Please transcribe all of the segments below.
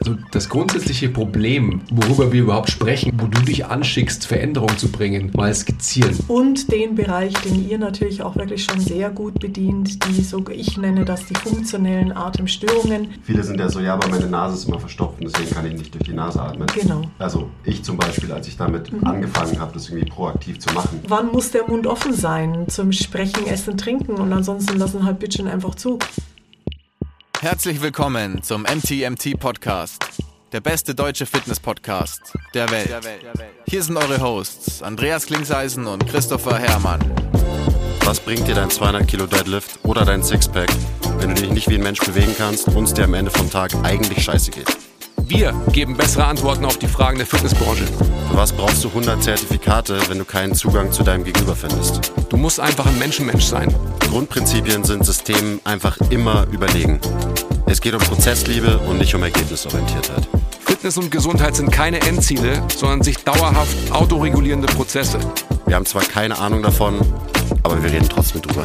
Also das grundsätzliche Problem, worüber wir überhaupt sprechen, wo du dich anschickst, Veränderungen zu bringen, mal skizzieren. Und den Bereich, den ihr natürlich auch wirklich schon sehr gut bedient, ich nenne das die funktionellen Atemstörungen. Viele sind ja so, ja, aber meine Nase ist immer verstopft und deswegen kann ich nicht durch die Nase atmen. Genau. Also ich zum Beispiel, als ich damit angefangen habe, das irgendwie proaktiv zu machen. Wann muss der Mund offen sein zum Sprechen, Essen, Trinken und ansonsten lassen halt Bitchen einfach zu. Herzlich willkommen zum MTMT Podcast, der beste deutsche Fitness-Podcast der Welt. Hier sind eure Hosts Andreas Klingseisen und Christopher Herrmann. Was bringt dir dein 200 Kilo Deadlift oder dein Sixpack, wenn du dich nicht wie ein Mensch bewegen kannst und es dir am Ende vom Tag eigentlich scheiße geht? Wir geben bessere Antworten auf die Fragen der Fitnessbranche. Für was brauchst du 100 Zertifikate, wenn du keinen Zugang zu deinem Gegenüber findest? Du musst einfach ein Menschenmensch sein. Grundprinzipien sind Systemen einfach immer überlegen. Es geht um Prozessliebe und nicht um Ergebnisorientiertheit. Fitness und Gesundheit sind keine Endziele, sondern sich dauerhaft autoregulierende Prozesse. Wir haben zwar keine Ahnung davon, aber wir reden trotzdem drüber.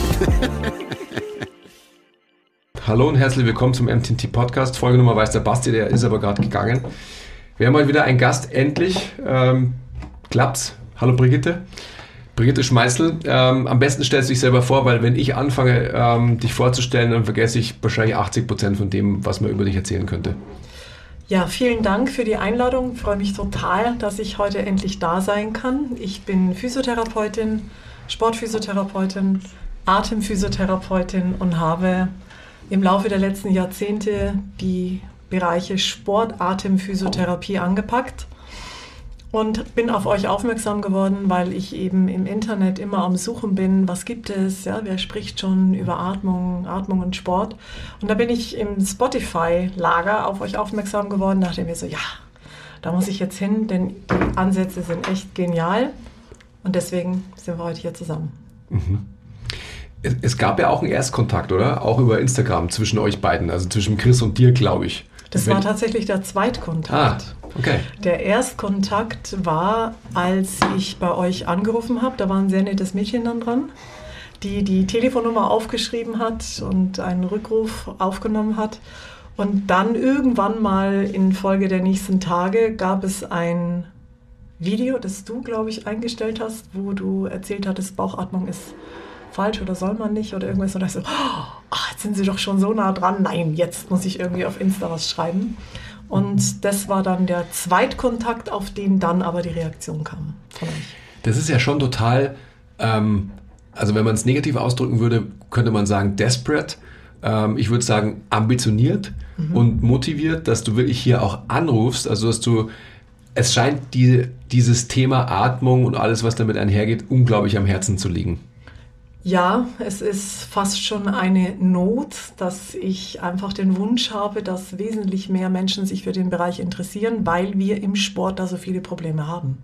Hallo und herzlich willkommen zum MTMT Podcast. Folgenummer weiß der Basti, der ist aber gerade gegangen. Wir haben mal wieder einen Gast, endlich. Klappt's. Hallo Brigitte. Brigitte Schmeißl. Am besten stellst du dich selber vor, weil wenn ich anfange, dich vorzustellen, dann vergesse ich wahrscheinlich 80% von dem, was man über dich erzählen könnte. Ja, vielen Dank für die Einladung. Ich freue mich total, dass ich heute endlich da sein kann. Ich bin Physiotherapeutin, Sportphysiotherapeutin, Atemphysiotherapeutin und habe im Laufe der letzten Jahrzehnte die Bereiche Sport, Atemphysiotherapie angepackt und bin auf euch aufmerksam geworden, weil ich eben im Internet immer am Suchen bin, was gibt es, ja, wer spricht schon über Atmung und Sport. Und da bin ich im Spotify-Lager auf euch aufmerksam geworden, dachte mir so, ja, da muss ich jetzt hin, denn die Ansätze sind echt genial und deswegen sind wir heute hier zusammen. Mhm. Es gab ja auch einen Erstkontakt, oder? Auch über Instagram zwischen euch beiden, also zwischen Chris und dir, glaube ich. Das war tatsächlich der Zweitkontakt. Okay. Der Erstkontakt war, als ich bei euch angerufen habe, da war ein sehr nettes Mädchen dann dran, die die Telefonnummer aufgeschrieben hat und einen Rückruf aufgenommen hat. Und dann irgendwann mal in Folge der nächsten Tage gab es ein Video, das du, glaube ich, eingestellt hast, wo du erzählt hattest, Bauchatmung ist falsch oder soll man nicht oder irgendwas. Und da dachte ich so, jetzt sind sie doch schon so nah dran. Nein, jetzt muss ich irgendwie auf Insta was schreiben. Und das war dann der Zweitkontakt, auf den dann aber die Reaktion kam von euch. Das ist ja schon total, also wenn man es negativ ausdrücken würde, könnte man sagen desperate. Ich würde sagen ambitioniert und motiviert, dass du wirklich hier auch anrufst. Also dass du, es scheint dieses Thema Atmung und alles, was damit einhergeht, unglaublich am Herzen zu liegen. Ja, es ist fast schon eine Not, dass ich einfach den Wunsch habe, dass wesentlich mehr Menschen sich für den Bereich interessieren, weil wir im Sport da so viele Probleme haben.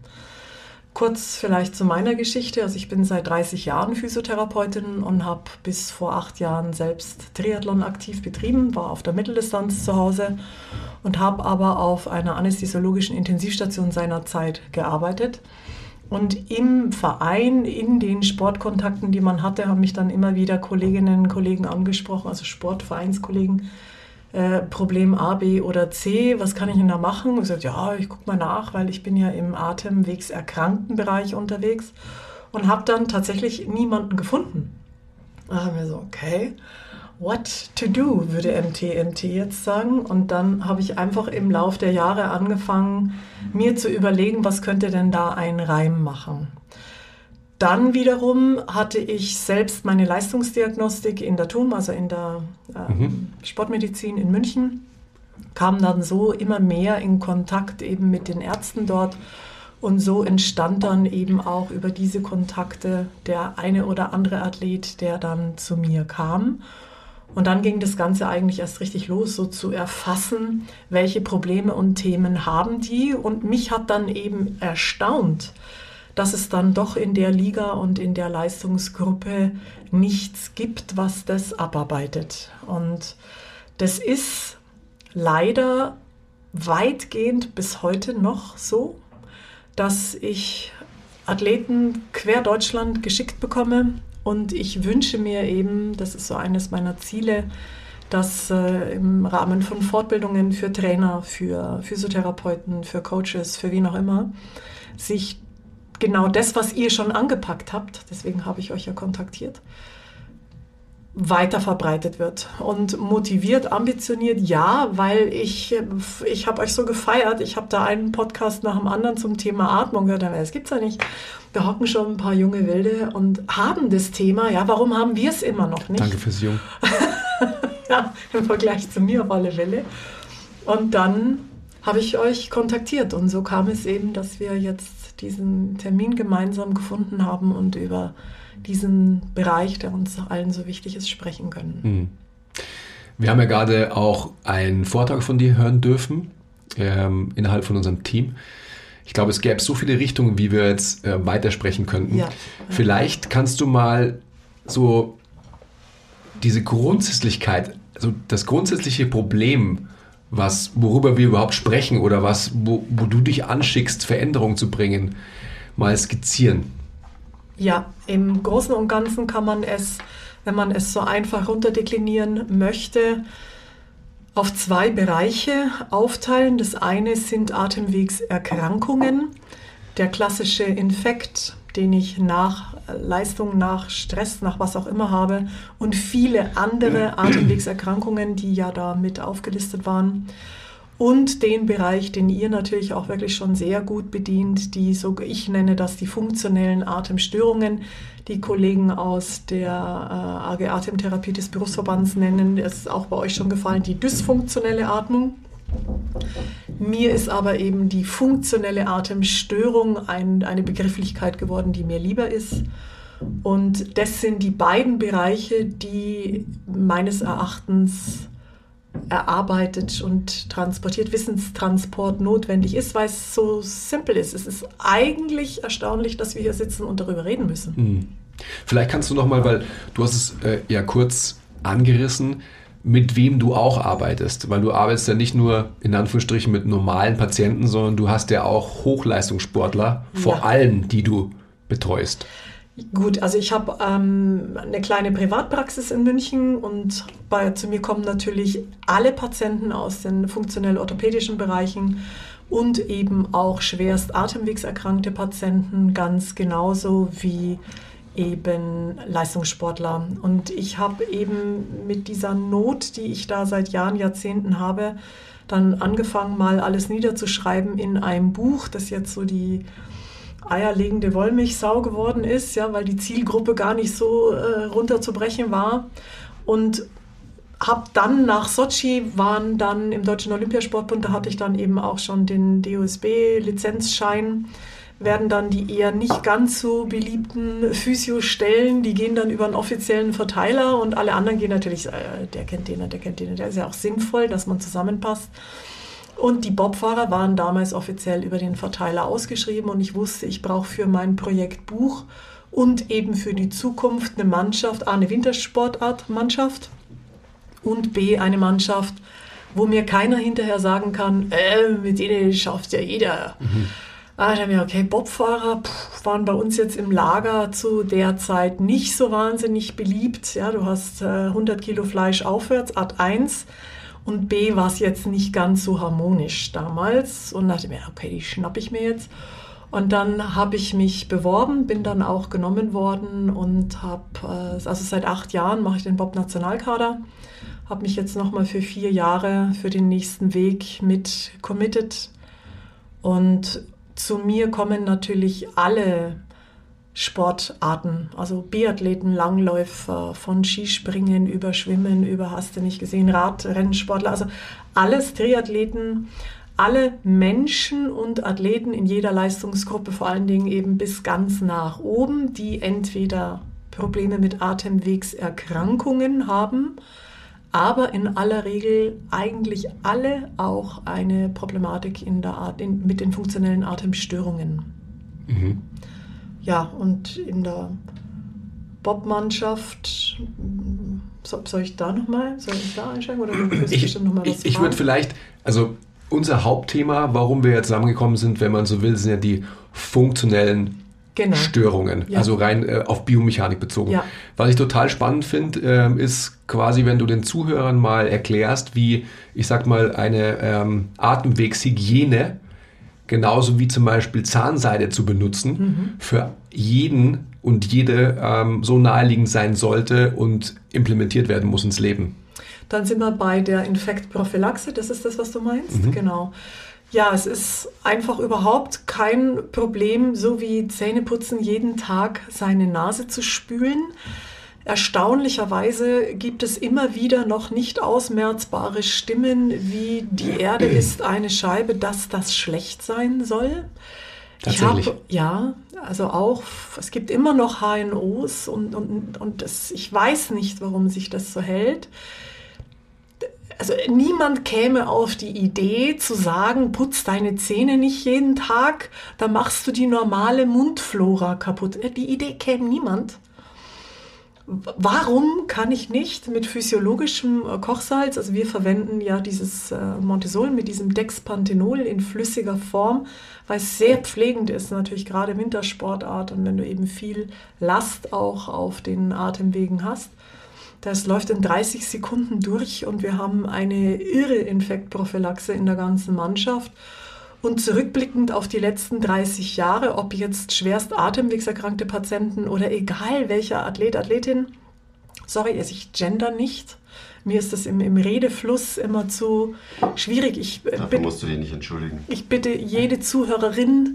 Kurz vielleicht zu meiner Geschichte. Also ich bin seit 30 Jahren Physiotherapeutin und habe bis vor 8 Jahren selbst Triathlon aktiv betrieben, war auf der Mitteldistanz zu Hause und habe aber auf einer anästhesiologischen Intensivstation seinerzeit gearbeitet. Und im Verein, in den Sportkontakten, die man hatte, haben mich dann immer wieder Kolleginnen und Kollegen angesprochen, also Sportvereinskollegen, Problem A, B oder C, was kann ich denn da machen? Und ich sagte, ja, ich gucke mal nach, weil ich bin ja im Atemwegserkranktenbereich unterwegs und habe dann tatsächlich niemanden gefunden. Da haben wir so, okay, what to do, würde MTMT jetzt sagen. Und dann habe ich einfach im Lauf der Jahre angefangen, mir zu überlegen, was könnte denn da ein Reim machen. Dann wiederum hatte ich selbst meine Leistungsdiagnostik in der TUM, also in der Sportmedizin in München, kam dann so immer mehr in Kontakt eben mit den Ärzten dort. Und so entstand dann eben auch über diese Kontakte der eine oder andere Athlet, der dann zu mir kam. Und dann ging das Ganze eigentlich erst richtig los, so zu erfassen, welche Probleme und Themen haben die. Und mich hat dann eben erstaunt, dass es dann doch in der Liga und in der Leistungsgruppe nichts gibt, was das abarbeitet. Und das ist leider weitgehend bis heute noch so, dass ich Athleten quer Deutschland geschickt bekomme. Und ich wünsche mir eben, das ist so eines meiner Ziele, dass im Rahmen von Fortbildungen für Trainer, für Physiotherapeuten, für Coaches, für wen auch immer, sich genau das, was ihr schon angepackt habt, deswegen habe ich euch ja kontaktiert, weiter verbreitet wird und motiviert, ambitioniert, ja, weil ich habe euch so gefeiert, ich habe da einen Podcast nach dem anderen zum Thema Atmung gehört, aber das gibt's ja nicht. Da hocken schon ein paar junge Wilde und haben das Thema, ja, warum haben wir es immer noch nicht? Danke fürs Jung. Ja, im Vergleich zu mir auf alle Fälle. Und dann habe ich euch kontaktiert und so kam es eben, dass wir jetzt diesen Termin gemeinsam gefunden haben und über diesen Bereich, der uns allen so wichtig ist, sprechen können. Wir haben ja gerade auch einen Vortrag von dir hören dürfen, innerhalb von unserem Team. Ich glaube, es gäbe so viele Richtungen, wie wir jetzt weitersprechen könnten. Ja. Vielleicht kannst du mal so diese Grundsätzlichkeit, also das grundsätzliche Problem, worüber wir überhaupt sprechen oder wo du dich anschickst, Veränderungen zu bringen, mal skizzieren. Ja, im Großen und Ganzen kann man es, wenn man es so einfach runterdeklinieren möchte, auf 2 Bereiche aufteilen. Das eine sind Atemwegserkrankungen, der klassische Infekt, den ich nach Leistung, nach Stress, nach was auch immer habe und viele andere Atemwegserkrankungen, die ja da mit aufgelistet waren. Und den Bereich, den ihr natürlich auch wirklich schon sehr gut bedient, ich nenne das die funktionellen Atemstörungen. Die Kollegen aus der AG Atemtherapie des Berufsverbands nennen, das ist auch bei euch schon gefallen, die dysfunktionelle Atmung. Mir ist aber eben die funktionelle Atemstörung eine Begrifflichkeit geworden, die mir lieber ist. Und das sind die beiden Bereiche, die meines Erachtens erarbeitet und transportiert, Wissenstransport notwendig ist, weil es so simpel ist. Es ist eigentlich erstaunlich, dass wir hier sitzen und darüber reden müssen. Vielleicht kannst du noch mal, weil du hast es ja kurz angerissen, mit wem du auch arbeitest, weil du arbeitest ja nicht nur in Anführungsstrichen mit normalen Patienten, sondern du hast ja auch Hochleistungssportler, vor allem, die du betreust. Gut, also ich habe eine kleine Privatpraxis in München und zu mir kommen natürlich alle Patienten aus den funktionell-orthopädischen Bereichen und eben auch schwerst atemwegserkrankte Patienten, ganz genauso wie eben Leistungssportler. Und ich habe eben mit dieser Not, die ich da seit Jahren, Jahrzehnten habe, dann angefangen, mal alles niederzuschreiben in einem Buch, das jetzt so die eierlegende Wollmilchsau geworden ist, ja, weil die Zielgruppe gar nicht so runterzubrechen war. Und habe dann nach Sochi, waren dann im Deutschen Olympiasportbund, da hatte ich dann eben auch schon den DOSB-Lizenzschein, werden dann die eher nicht ganz so beliebten Physiostellen, die gehen dann über einen offiziellen Verteiler und alle anderen gehen natürlich, der kennt den, der ist ja auch sinnvoll, dass man zusammenpasst. Und die Bobfahrer waren damals offiziell über den Verteiler ausgeschrieben und ich wusste, ich brauche für mein Projekt Buch und eben für die Zukunft eine Mannschaft, A, eine Wintersportart-Mannschaft und B, eine Mannschaft, wo mir keiner hinterher sagen kann, mit denen schafft ja jeder. Da habe ich mir, okay, Bobfahrer waren bei uns jetzt im Lager zu der Zeit nicht so wahnsinnig beliebt. Ja, du hast 100 Kilo Fleisch aufwärts, Art 1. Und B, war es jetzt nicht ganz so harmonisch damals. Und dachte mir, okay, die schnappe ich mir jetzt. Und dann habe ich mich beworben, bin dann auch genommen worden und habe, also seit 8 Jahren mache ich den Bob-Nationalkader. Habe mich jetzt nochmal für 4 Jahre für den nächsten Weg mit committed. Und zu mir kommen natürlich alle Sportarten, also Biathleten, Langläufer, von Skispringen über Schwimmen, über hast du nicht gesehen, Radrennsportler, also alles Triathleten, alle Menschen und Athleten in jeder Leistungsgruppe, vor allen Dingen eben bis ganz nach oben, die entweder Probleme mit Atemwegserkrankungen haben, aber in aller Regel eigentlich alle auch eine Problematik mit den funktionellen Atemstörungen. Ja, und in der Bobmannschaft, soll ich da einsteigen oder du willst bestimmt noch mal was fragen? Ich würde vielleicht, also unser Hauptthema, warum wir jetzt zusammengekommen sind, wenn man so will, sind ja die funktionellen Störungen, also rein auf Biomechanik bezogen. Ja. Was ich total spannend finde, ist quasi, wenn du den Zuhörern mal erklärst, wie, ich sag mal, eine Atemwegshygiene, genauso wie zum Beispiel Zahnseide zu benutzen, für jeden und jede so naheliegend sein sollte und implementiert werden muss ins Leben. Dann sind wir bei der Infektprophylaxe, das ist das, was du meinst? Genau. Ja, es ist einfach überhaupt kein Problem, so wie Zähneputzen jeden Tag seine Nase zu spülen. Erstaunlicherweise gibt es immer wieder noch nicht ausmerzbare Stimmen, wie die Erde ist eine Scheibe, dass das schlecht sein soll. Tatsächlich? Also auch, es gibt immer noch HNOs und ich weiß nicht, warum sich das so hält. Also niemand käme auf die Idee zu sagen, putz deine Zähne nicht jeden Tag, da machst du die normale Mundflora kaputt. Die Idee käme niemand. Warum kann ich nicht mit physiologischem Kochsalz, also wir verwenden ja dieses Montesol mit diesem Dexpanthenol in flüssiger Form, weil es sehr pflegend ist, natürlich gerade Wintersportart und wenn du eben viel Last auch auf den Atemwegen hast. Das läuft in 30 Sekunden durch und wir haben eine irre Infektprophylaxe in der ganzen Mannschaft. Und zurückblickend auf die letzten 30 Jahre, ob jetzt schwerst atemwegserkrankte Patienten oder egal welcher Athlet, Athletin, ich gender nicht. Mir ist das im Redefluss immer zu schwierig. Dafür musst du dich nicht entschuldigen. Ich bitte jede Zuhörerin,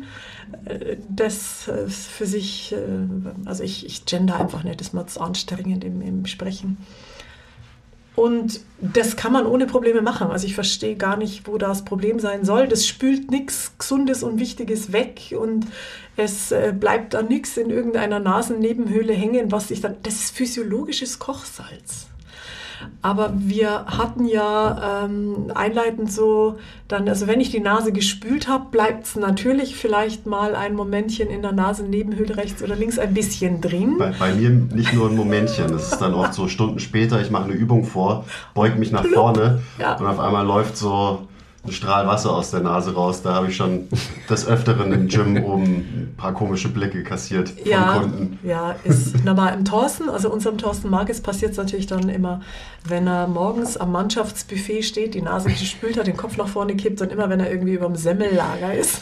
das für sich, also ich gender einfach nicht, das ist mir zu anstrengend im Sprechen. Und das kann man ohne Probleme machen. Also ich verstehe gar nicht, wo das Problem sein soll. Das spült nichts Gesundes und Wichtiges weg und es bleibt da nichts in irgendeiner Nasennebenhöhle hängen, das ist physiologisches Kochsalz. Aber wir hatten ja einleitend also wenn ich die Nase gespült habe, bleibt es natürlich vielleicht mal ein Momentchen in der Nasennebenhöhle rechts oder links ein bisschen drin. Bei mir nicht nur ein Momentchen, das ist dann oft so Stunden später, ich mache eine Übung vor, beug mich nach vorne und auf einmal läuft so ein Strahl Wasser aus der Nase raus. Da habe ich schon des Öfteren im Gym oben ein paar komische Blicke kassiert von Kunden. Ja, ist normal. Im Thorsten, also unserem Thorsten Markes, passiert es natürlich dann immer, wenn er morgens am Mannschaftsbuffet steht, die Nase gespült hat, den Kopf nach vorne kippt und immer, wenn er irgendwie über dem Semmellager ist.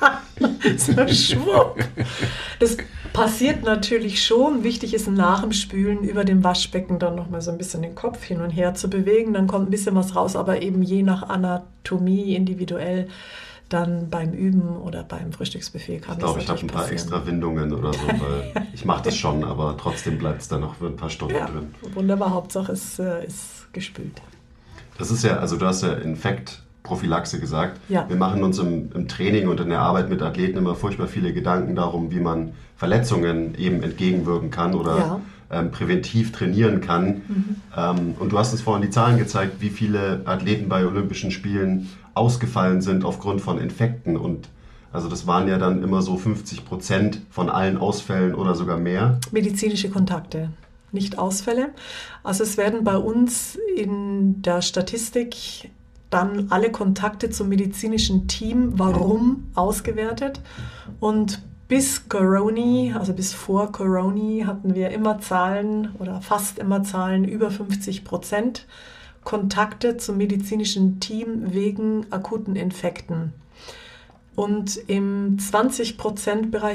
So schwupp. Das passiert natürlich schon. Wichtig ist nach dem Spülen über dem Waschbecken dann nochmal so ein bisschen den Kopf hin und her zu bewegen. Dann kommt ein bisschen was raus, aber eben je nach Anatomie individuell dann beim Üben oder beim Frühstücksbuffet kann das natürlich passieren. Ich glaube, ich habe ein paar extra Windungen oder so, weil ich mache das schon, aber trotzdem bleibt es dann noch für ein paar Stunden drin. Wunderbar, Hauptsache es ist gespült. Das ist ja, also du hast ja Infektprophylaxe gesagt. Ja. Wir machen uns im Training und in der Arbeit mit Athleten immer furchtbar viele Gedanken darum, wie man Verletzungen eben entgegenwirken kann oder präventiv trainieren kann. Und du hast uns vorhin die Zahlen gezeigt, wie viele Athleten bei Olympischen Spielen ausgefallen sind aufgrund von Infekten. Und also das waren ja dann immer so 50% von allen Ausfällen oder sogar mehr. Medizinische Kontakte, nicht Ausfälle. Also es werden bei uns in der Statistik dann alle Kontakte zum medizinischen Team, warum, ausgewertet. Und bis Corona, also bis vor Corona, hatten wir immer Zahlen oder fast immer Zahlen über 50% Kontakte zum medizinischen Team wegen akuten Infekten. Und im 20%-Bereich,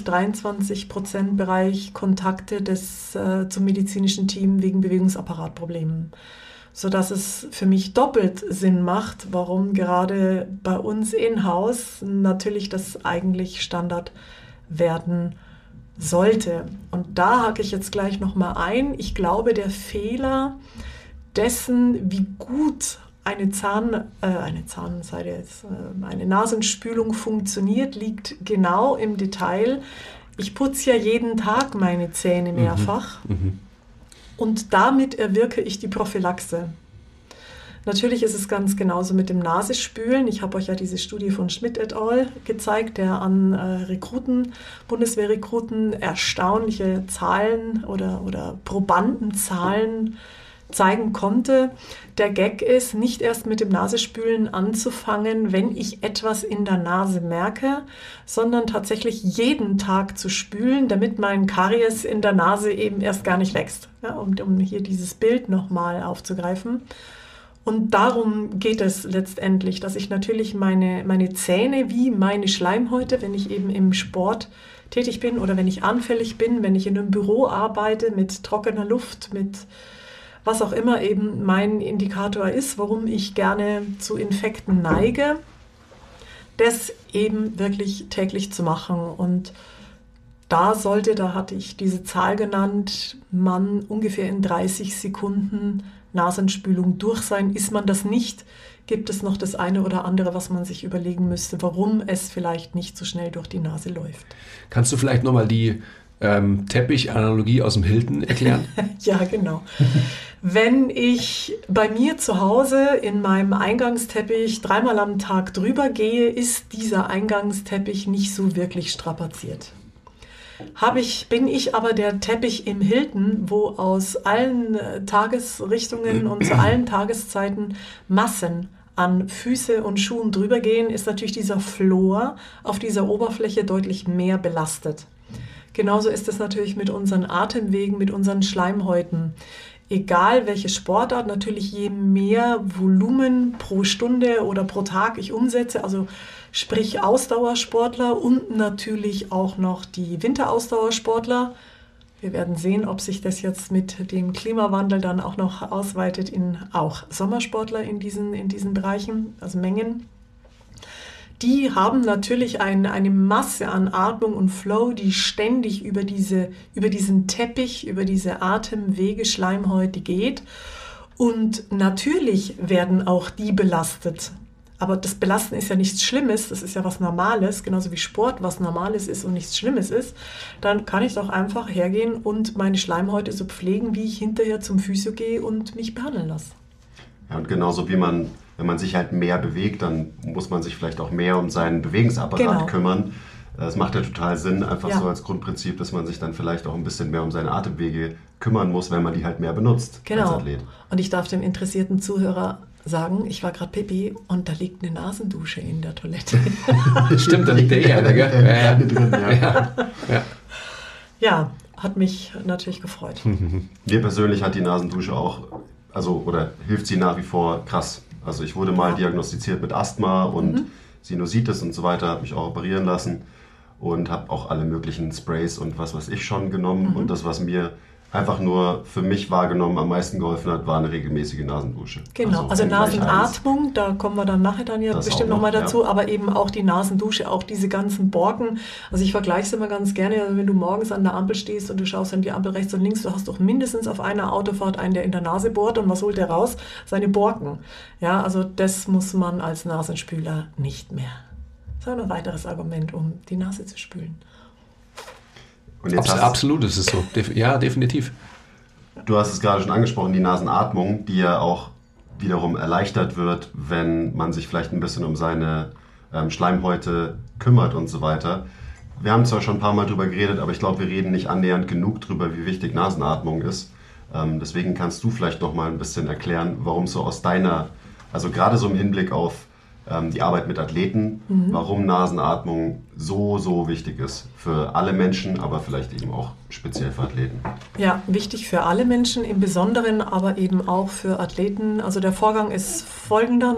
20-23%-Bereich Kontakte zum medizinischen Team wegen Bewegungsapparatproblemen. Sodass es für mich doppelt Sinn macht, warum gerade bei uns in-house natürlich das eigentlich Standard werden sollte. Und da hake ich jetzt gleich nochmal ein. Ich glaube, der Fehler dessen, wie gut eine Nasenspülung funktioniert, liegt genau im Detail. Ich putze ja jeden Tag meine Zähne mehrfach und damit erwirke ich die Prophylaxe. Natürlich ist es ganz genauso mit dem Nasespülen. Ich habe euch ja diese Studie von Schmidt et al. Gezeigt, der an Bundeswehrrekruten erstaunliche Zahlen oder Probandenzahlen zeigen konnte. Der Gag ist, nicht erst mit dem Nasespülen anzufangen, wenn ich etwas in der Nase merke, sondern tatsächlich jeden Tag zu spülen, damit mein Karies in der Nase eben erst gar nicht wächst. Ja, um hier dieses Bild nochmal aufzugreifen. Und darum geht es letztendlich, dass ich natürlich meine Zähne wie meine Schleimhäute, wenn ich eben im Sport tätig bin oder wenn ich anfällig bin, wenn ich in einem Büro arbeite mit trockener Luft, mit was auch immer eben mein Indikator ist, warum ich gerne zu Infekten neige, das eben wirklich täglich zu machen. Und da hatte ich diese Zahl genannt, man ungefähr in 30 Sekunden Nasenspülung durch sein. Ist man das nicht, gibt es noch das eine oder andere, was man sich überlegen müsste, warum es vielleicht nicht so schnell durch die Nase läuft. Kannst du vielleicht nochmal die Teppich-Analogie aus dem Hilton erklären? Ja, genau. Wenn ich bei mir zu Hause in meinem Eingangsteppich 3-mal am Tag drüber gehe, ist dieser Eingangsteppich nicht so wirklich strapaziert. Bin ich aber der Teppich im Hilton, wo aus allen Tagesrichtungen und zu allen Tageszeiten Massen an Füße und Schuhen drüber gehen, ist natürlich dieser Flor auf dieser Oberfläche deutlich mehr belastet. Genauso ist es natürlich mit unseren Atemwegen, mit unseren Schleimhäuten. Egal welche Sportart, natürlich je mehr Volumen pro Stunde oder pro Tag ich umsetze, also sprich Ausdauersportler und natürlich auch noch die Winterausdauersportler. Wir werden sehen, ob sich das jetzt mit dem Klimawandel dann auch noch ausweitet in auch Sommersportler in diesen Bereichen, also Mengen. Die haben natürlich eine Masse an Atmung und Flow, die ständig über diesen Teppich, über diese Atemwege, Schleimhäute geht. Und natürlich werden auch die belastet. Aber das Belasten ist ja nichts Schlimmes, das ist ja was Normales, genauso wie Sport was Normales ist und nichts Schlimmes ist. Dann kann ich doch einfach hergehen und meine Schleimhäute so pflegen, wie ich hinterher zum Physio gehe und mich behandeln lasse. Ja, und genauso wie wenn man sich halt mehr bewegt, dann muss man sich vielleicht auch mehr um seinen Bewegungsapparat kümmern. Das macht ja total Sinn, einfach so als Grundprinzip, dass man sich dann vielleicht auch ein bisschen mehr um seine Atemwege kümmern muss, wenn man die halt mehr benutzt als Athlet. Und ich darf dem interessierten Zuhörer sagen, ich war gerade Pipi und da liegt eine Nasendusche in der Toilette. Stimmt, da liegt der Erde, gell? Ja, hat mich natürlich gefreut. Mir persönlich hat die Nasendusche auch, oder hilft sie nach wie vor krass. Also ich wurde mal diagnostiziert mit Asthma und Sinusitis und so weiter, habe mich auch operieren lassen und habe auch alle möglichen Sprays und was weiß ich schon genommen. Und das, was mir einfach nur für mich wahrgenommen am meisten geholfen hat, war eine regelmäßige Nasendusche. Genau, also Nasenatmung, da kommen wir dann nachher bestimmt nochmal dazu, aber eben auch die Nasendusche, auch diese ganzen Borken. Also ich vergleiche es immer ganz gerne, also wenn du morgens an der Ampel stehst und du schaust an die Ampel rechts und links, du hast doch mindestens auf einer Autofahrt einen, der in der Nase bohrt, und was holt der raus? Seine Borken. Ja, also das muss man als Nasenspüler nicht mehr. Das ist ein weiteres Argument, um die Nase zu spülen. Und jetzt Absolut, das ist so. Ja, definitiv. Du hast es gerade schon angesprochen, die Nasenatmung, die ja auch wiederum erleichtert wird, wenn man sich vielleicht ein bisschen um seine Schleimhäute kümmert und so weiter. Wir haben zwar schon ein paar Mal drüber geredet, aber ich glaube, wir reden nicht annähernd genug drüber, wie wichtig Nasenatmung ist. Deswegen kannst du vielleicht noch mal ein bisschen erklären, warum so aus deiner, also gerade so im Hinblick auf die Arbeit mit Athleten, warum Nasenatmung so wichtig ist für alle Menschen, aber vielleicht eben auch speziell für Athleten. Ja, wichtig für alle Menschen, im Besonderen aber eben auch für Athleten. Also der Vorgang ist folgender: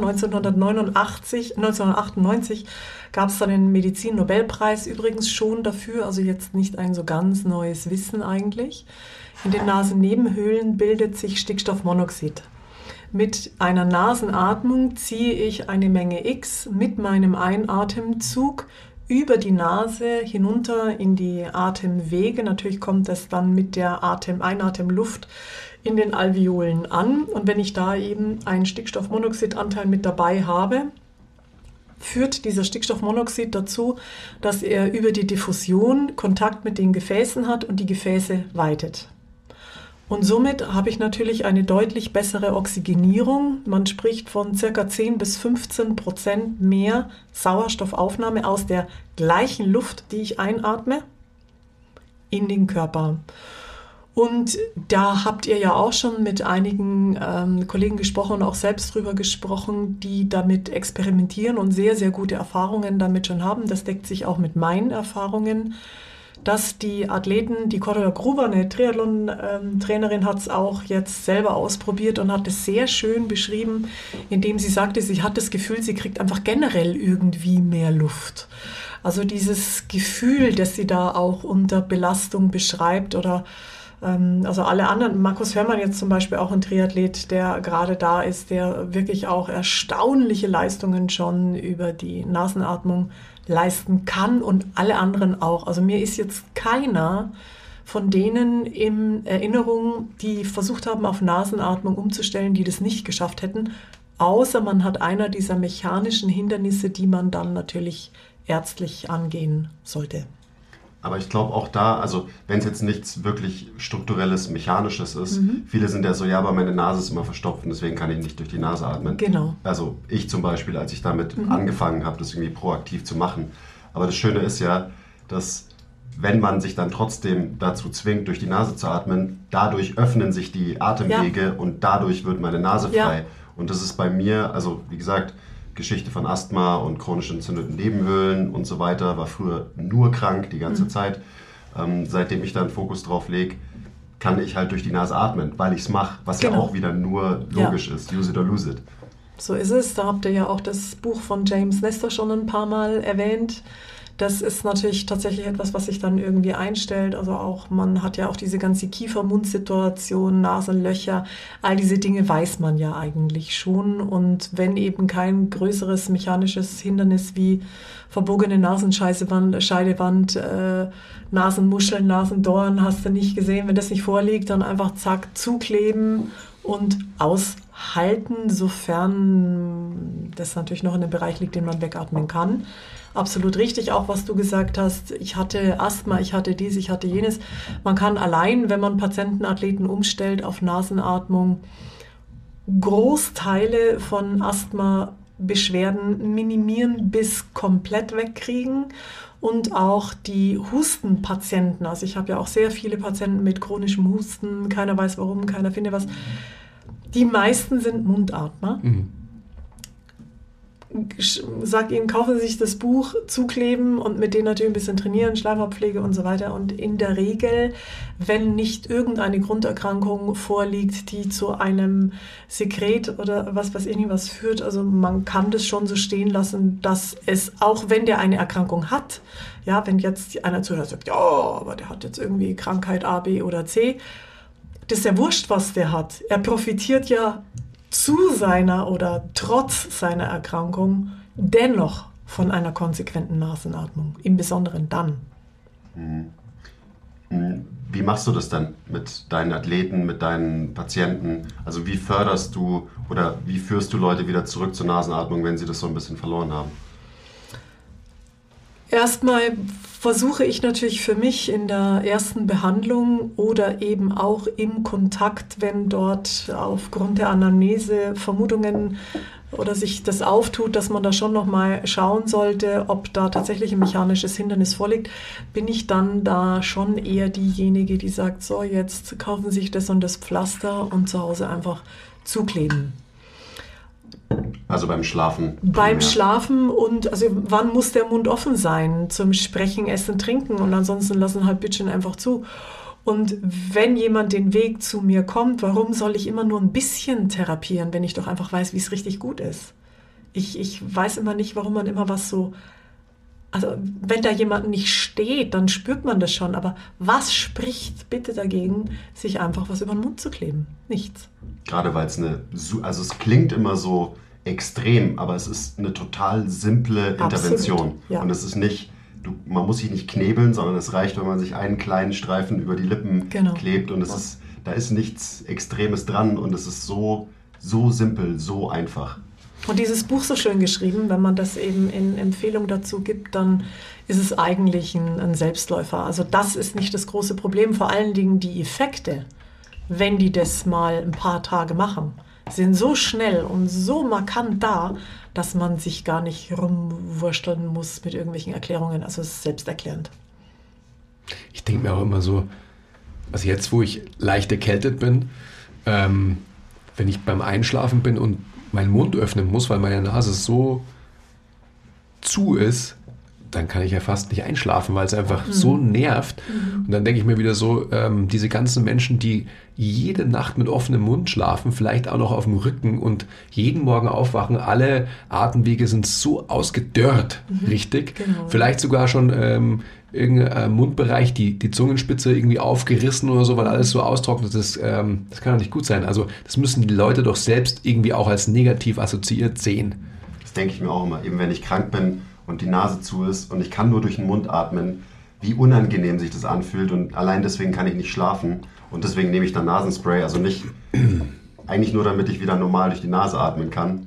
1998 gab es dann den Medizin-Nobelpreis übrigens schon dafür, also jetzt nicht ein so ganz neues Wissen eigentlich. In den Nasennebenhöhlen bildet sich Stickstoffmonoxid. Mit einer Nasenatmung ziehe ich eine Menge X mit meinem Einatemzug über die Nase hinunter in die Atemwege. Natürlich kommt es dann mit der Einatemluft in den Alveolen an. Und wenn ich da eben einen Stickstoffmonoxidanteil mit dabei habe, führt dieser Stickstoffmonoxid dazu, dass er über die Diffusion Kontakt mit den Gefäßen hat und die Gefäße weitet. Und somit habe ich natürlich eine deutlich bessere Oxygenierung. Man spricht von ca. 10-15% mehr Sauerstoffaufnahme aus der gleichen Luft, die ich einatme, in den Körper. Und da habt ihr ja auch schon mit einigen Kollegen gesprochen und auch selbst drüber gesprochen, die damit experimentieren und sehr, sehr gute Erfahrungen damit schon haben. Das deckt sich auch mit meinen Erfahrungen, dass die Athleten, die Cordula Gruber, eine Triathlon-Trainerin, hat es auch jetzt selber ausprobiert und hat es sehr schön beschrieben, indem sie sagte, sie hat das Gefühl, sie kriegt einfach generell irgendwie mehr Luft. Also dieses Gefühl, das sie da auch unter Belastung beschreibt oder also alle anderen, Markus Hörmann jetzt zum Beispiel auch ein Triathlet, der gerade da ist, der wirklich auch erstaunliche Leistungen schon über die Nasenatmung leisten kann und alle anderen auch. Also mir ist jetzt keiner von denen in Erinnerung, die versucht haben, auf Nasenatmung umzustellen, die das nicht geschafft hätten, außer man hat einer dieser mechanischen Hindernisse, die man dann natürlich ärztlich angehen sollte. Aber ich glaube auch da, also wenn es jetzt nichts wirklich strukturelles, mechanisches ist, viele sind ja so, ja, aber meine Nase ist immer verstopft und deswegen kann ich nicht durch die Nase atmen. Genau. Also ich zum Beispiel, als ich damit angefangen habe, das irgendwie proaktiv zu machen. Aber das Schöne ist ja, dass wenn man sich dann trotzdem dazu zwingt, durch die Nase zu atmen, dadurch öffnen sich die Atemwege und dadurch wird meine Nase frei. Und das ist bei mir, also wie gesagt, Geschichte von Asthma und chronisch entzündeten Nebenhöhlen und so weiter, war früher nur krank die ganze Zeit. Seitdem ich da einen Fokus drauf lege, kann ich halt durch die Nase atmen, weil ich es mache, was ja auch wieder nur logisch ist. Use it or lose it. So ist es. Da habt ihr ja auch das Buch von James Nestor schon ein paar Mal erwähnt. Das ist natürlich tatsächlich etwas, was sich dann irgendwie einstellt. Also auch, man hat ja auch diese ganze Kiefer-Mund-Situation, Nasenlöcher, all diese Dinge weiß man ja eigentlich schon. Und wenn eben kein größeres mechanisches Hindernis wie verbogene Nasenscheidewand, Nasenmuscheln, Nasendorn, hast du nicht gesehen, wenn das nicht vorliegt, dann einfach zack, zukleben und aushalten, sofern das natürlich noch in einem Bereich liegt, den man wegatmen kann. Absolut richtig, auch was du gesagt hast. Ich hatte Asthma, ich hatte dies, ich hatte jenes. Man kann allein, wenn man Patienten, Athleten umstellt auf Nasenatmung, Großteile von Asthma-Beschwerden minimieren bis komplett wegkriegen. Und auch die Hustenpatienten, also ich habe ja auch sehr viele Patienten mit chronischem Husten, keiner weiß warum, keiner findet was. Die meisten sind Mundatmer. Sag ihnen, kaufen Sie sich das Buch, zukleben und mit denen natürlich ein bisschen trainieren, Schleimhautpflege und so weiter. Und in der Regel, wenn nicht irgendeine Grunderkrankung vorliegt, die zu einem Sekret oder was weiß ich nicht was führt, also man kann das schon so stehen lassen, dass es, auch wenn der eine Erkrankung hat, ja, wenn jetzt einer zuhört und sagt, ja, aber der hat jetzt irgendwie Krankheit A, B oder C, das ist ja wurscht, was der hat. Er profitiert ja zu seiner oder trotz seiner Erkrankung dennoch von einer konsequenten Nasenatmung, im Besonderen dann. Wie machst du das dann mit deinen Athleten, mit deinen Patienten? Also wie förderst du oder wie führst du Leute wieder zurück zur Nasenatmung, wenn sie das so ein bisschen verloren haben? Erstmal versuche ich natürlich für mich in der ersten Behandlung oder eben auch im Kontakt, wenn dort aufgrund der Anamnese Vermutungen oder sich das auftut, dass man da schon nochmal schauen sollte, ob da tatsächlich ein mechanisches Hindernis vorliegt, bin ich dann da schon eher diejenige, die sagt, so jetzt kaufen Sie sich das und das Pflaster und zu Hause einfach zukleben. Also beim Schlafen? Beim Schlafen und also wann muss der Mund offen sein? Zum Sprechen, Essen, Trinken und ansonsten lassen halt Bittchen einfach zu. Und wenn jemand den Weg zu mir kommt, warum soll ich immer nur ein bisschen therapieren, wenn ich doch einfach weiß, wie es richtig gut ist? Ich weiß immer nicht, warum man immer was so... Also wenn da jemand nicht steht, dann spürt man das schon. Aber was spricht bitte dagegen, sich einfach was über den Mund zu kleben? Nichts. Gerade weil es also es klingt immer so extrem, aber es ist eine total simple Intervention. Ja. Und es ist nicht, man muss sich nicht knebeln, sondern es reicht, wenn man sich einen kleinen Streifen über die Lippen klebt. Und da ist nichts Extremes dran und es ist so simpel, so einfach. Und dieses Buch so schön geschrieben, wenn man das eben in Empfehlung dazu gibt, dann ist es eigentlich ein Selbstläufer. Also das ist nicht das große Problem. Vor allen Dingen die Effekte, wenn die das mal ein paar Tage machen, sind so schnell und so markant da, dass man sich gar nicht rumwursteln muss mit irgendwelchen Erklärungen. Also es ist selbsterklärend. Ich denke mir auch immer so, Also jetzt, wo ich leicht erkältet bin, wenn ich beim Einschlafen bin und meinen Mund öffnen muss, weil meine Nase so zu ist, dann kann ich ja fast nicht einschlafen, weil es einfach so nervt. Und dann denke ich mir wieder so, diese ganzen Menschen, die jede Nacht mit offenem Mund schlafen, vielleicht auch noch auf dem Rücken und jeden Morgen aufwachen, alle Atemwege sind so ausgedörrt, richtig. Genau. Vielleicht sogar schon irgendein Mundbereich, die Zungenspitze irgendwie aufgerissen oder so, weil alles so austrocknet. Das kann doch nicht gut sein. Also das müssen die Leute doch selbst irgendwie auch als negativ assoziiert sehen. Das denke ich mir auch immer. Eben wenn ich krank bin und die Nase zu ist und ich kann nur durch den Mund atmen, wie unangenehm sich das anfühlt und allein deswegen kann ich nicht schlafen und deswegen nehme ich dann Nasenspray, also nicht, eigentlich nur damit ich wieder normal durch die Nase atmen kann.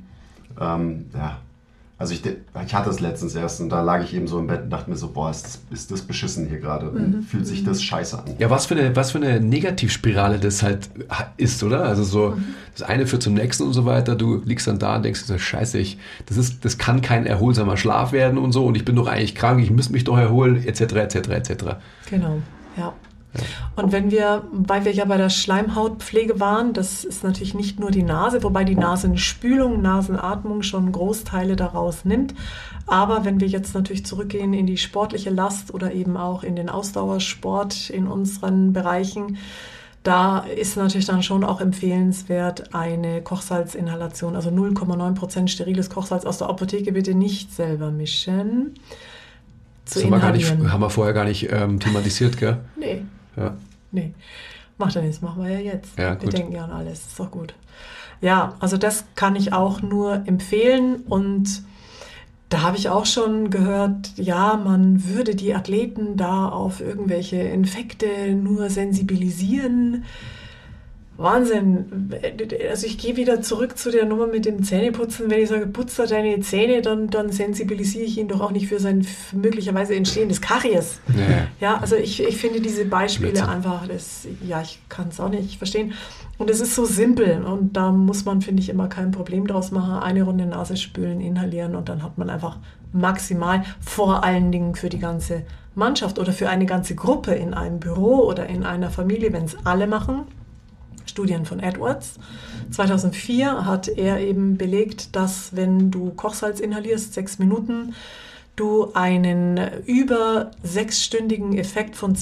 Also ich hatte es letztens erst und da lag ich eben so im Bett und dachte mir so, boah, ist das beschissen hier gerade und fühlt sich das scheiße an. Ja, was für eine Negativspirale das halt ist, oder? Also so, das eine führt zum nächsten und so weiter, du liegst dann da und denkst so, scheiße, das kann kein erholsamer Schlaf werden und so und ich bin doch eigentlich krank, ich müsste mich doch erholen, etc., etc., etc. Genau, ja. Und weil wir ja bei der Schleimhautpflege waren, das ist natürlich nicht nur die Nase, wobei die Nasenspülung, Nasenatmung schon Großteile daraus nimmt. Aber wenn wir jetzt natürlich zurückgehen in die sportliche Last oder eben auch in den Ausdauersport in unseren Bereichen, da ist natürlich dann schon auch empfehlenswert eine Kochsalzinhalation, also 0,9% steriles Kochsalz aus der Apotheke bitte nicht selber mischen. Das haben wir vorher gar nicht thematisiert, gell? Nee. Ja. Nee, macht ja nichts, machen wir ja jetzt. Ja, wir denken ja an alles, ist doch gut. Ja, also das kann ich auch nur empfehlen und da habe ich auch schon gehört, ja, man würde die Athleten da auf irgendwelche Infekte nur sensibilisieren. Wahnsinn. Also ich gehe wieder zurück zu der Nummer mit dem Zähneputzen. Wenn ich sage, putz da deine Zähne, dann sensibilisiere ich ihn doch auch nicht für sein möglicherweise entstehendes Karies. Ja, also ich finde diese Beispiele einfach, ich kann es auch nicht verstehen. Und es ist so simpel und da muss man, finde ich, immer kein Problem draus machen. Eine Runde Nase spülen, inhalieren und dann hat man einfach maximal, vor allen Dingen für die ganze Mannschaft oder für eine ganze Gruppe in einem Büro oder in einer Familie, wenn es alle machen. Studien von Edwards. 2004 hat er eben belegt, dass wenn du Kochsalz inhalierst, 6 Minuten, du einen über 6-stündigen Effekt von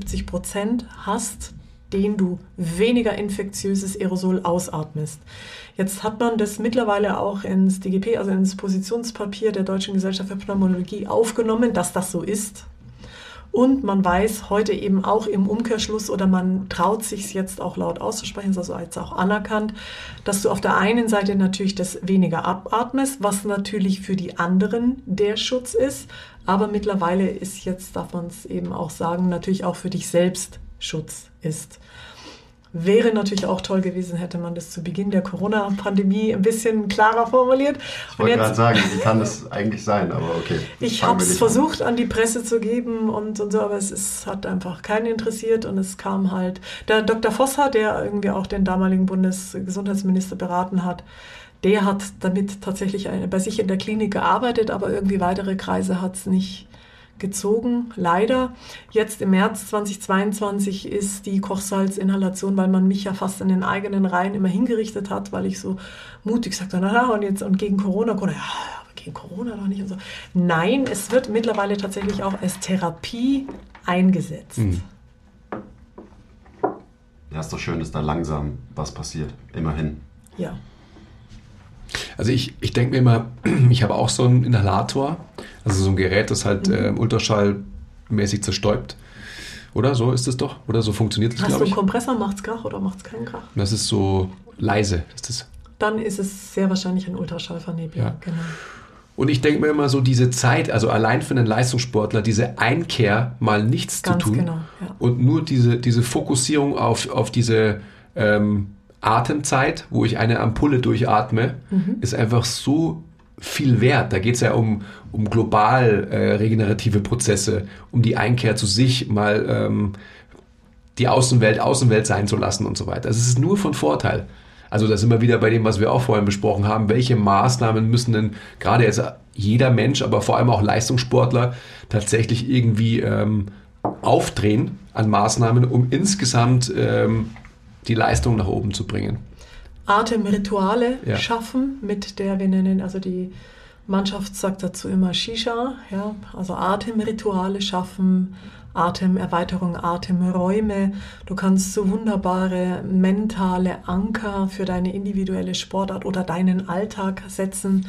72% hast, den du weniger infektiöses Aerosol ausatmest. Jetzt hat man das mittlerweile auch ins DGP, also ins Positionspapier der Deutschen Gesellschaft für Pneumologie aufgenommen, dass das so ist. Und man weiß heute eben auch im Umkehrschluss oder man traut sich jetzt auch laut auszusprechen, ist also jetzt auch anerkannt, dass du auf der einen Seite natürlich das weniger abatmest, was natürlich für die anderen der Schutz ist, aber mittlerweile ist jetzt, darf man es eben auch sagen, natürlich auch für dich selbst Schutz ist. Wäre natürlich auch toll gewesen, hätte man das zu Beginn der Corona-Pandemie ein bisschen klarer formuliert. Ich wollte gerade sagen, wie kann das eigentlich sein, aber okay. Ich habe es versucht an die Presse zu geben und so, aber es hat einfach keinen interessiert und es kam halt, der Dr. Vosser, der irgendwie auch den damaligen Bundesgesundheitsminister beraten hat, der hat damit tatsächlich bei sich in der Klinik gearbeitet, aber irgendwie weitere Kreise hat es nicht gezogen, leider. Jetzt im März 2022 ist die Kochsalzinhalation, weil man mich ja fast in den eigenen Reihen immer hingerichtet hat, weil ich so mutig sagte, und gegen Corona, aber gegen Corona doch nicht und so. Nein, es wird mittlerweile tatsächlich auch als Therapie eingesetzt. Ja, ist doch schön, dass da langsam was passiert, immerhin. Ja. Also ich denke mir immer, ich habe auch so einen Inhalator, also so ein Gerät, das halt ultraschallmäßig zerstäubt. Oder so ist es doch? Oder so funktioniert es, glaube ich. Hast du einen Kompressor, macht es Krach oder macht es keinen Krach? Das ist so leise. Ist das? Dann ist es sehr wahrscheinlich ein Ultraschallvernebler. Ja. Genau. Und ich denke mir immer so, diese Zeit, also allein für einen Leistungssportler, diese Einkehr, mal nichts Ganz zu tun. Genau, ja. Und nur diese Fokussierung auf diese Atemzeit, wo ich eine Ampulle durchatme, ist einfach so viel wert. Da geht es ja um global regenerative Prozesse, um die Einkehr zu sich, mal die Außenwelt sein zu lassen und so weiter. Also es ist nur von Vorteil. Also da sind wir wieder bei dem, was wir auch vorhin besprochen haben. Welche Maßnahmen müssen denn gerade jetzt jeder Mensch, aber vor allem auch Leistungssportler tatsächlich irgendwie aufdrehen an Maßnahmen, um insgesamt die Leistung nach oben zu bringen? Atemrituale schaffen, mit der wir nennen, also die Mannschaft sagt dazu immer Shisha, ja, also Atemrituale schaffen, Atemerweiterung, Atemräume. Du kannst so wunderbare mentale Anker für deine individuelle Sportart oder deinen Alltag setzen.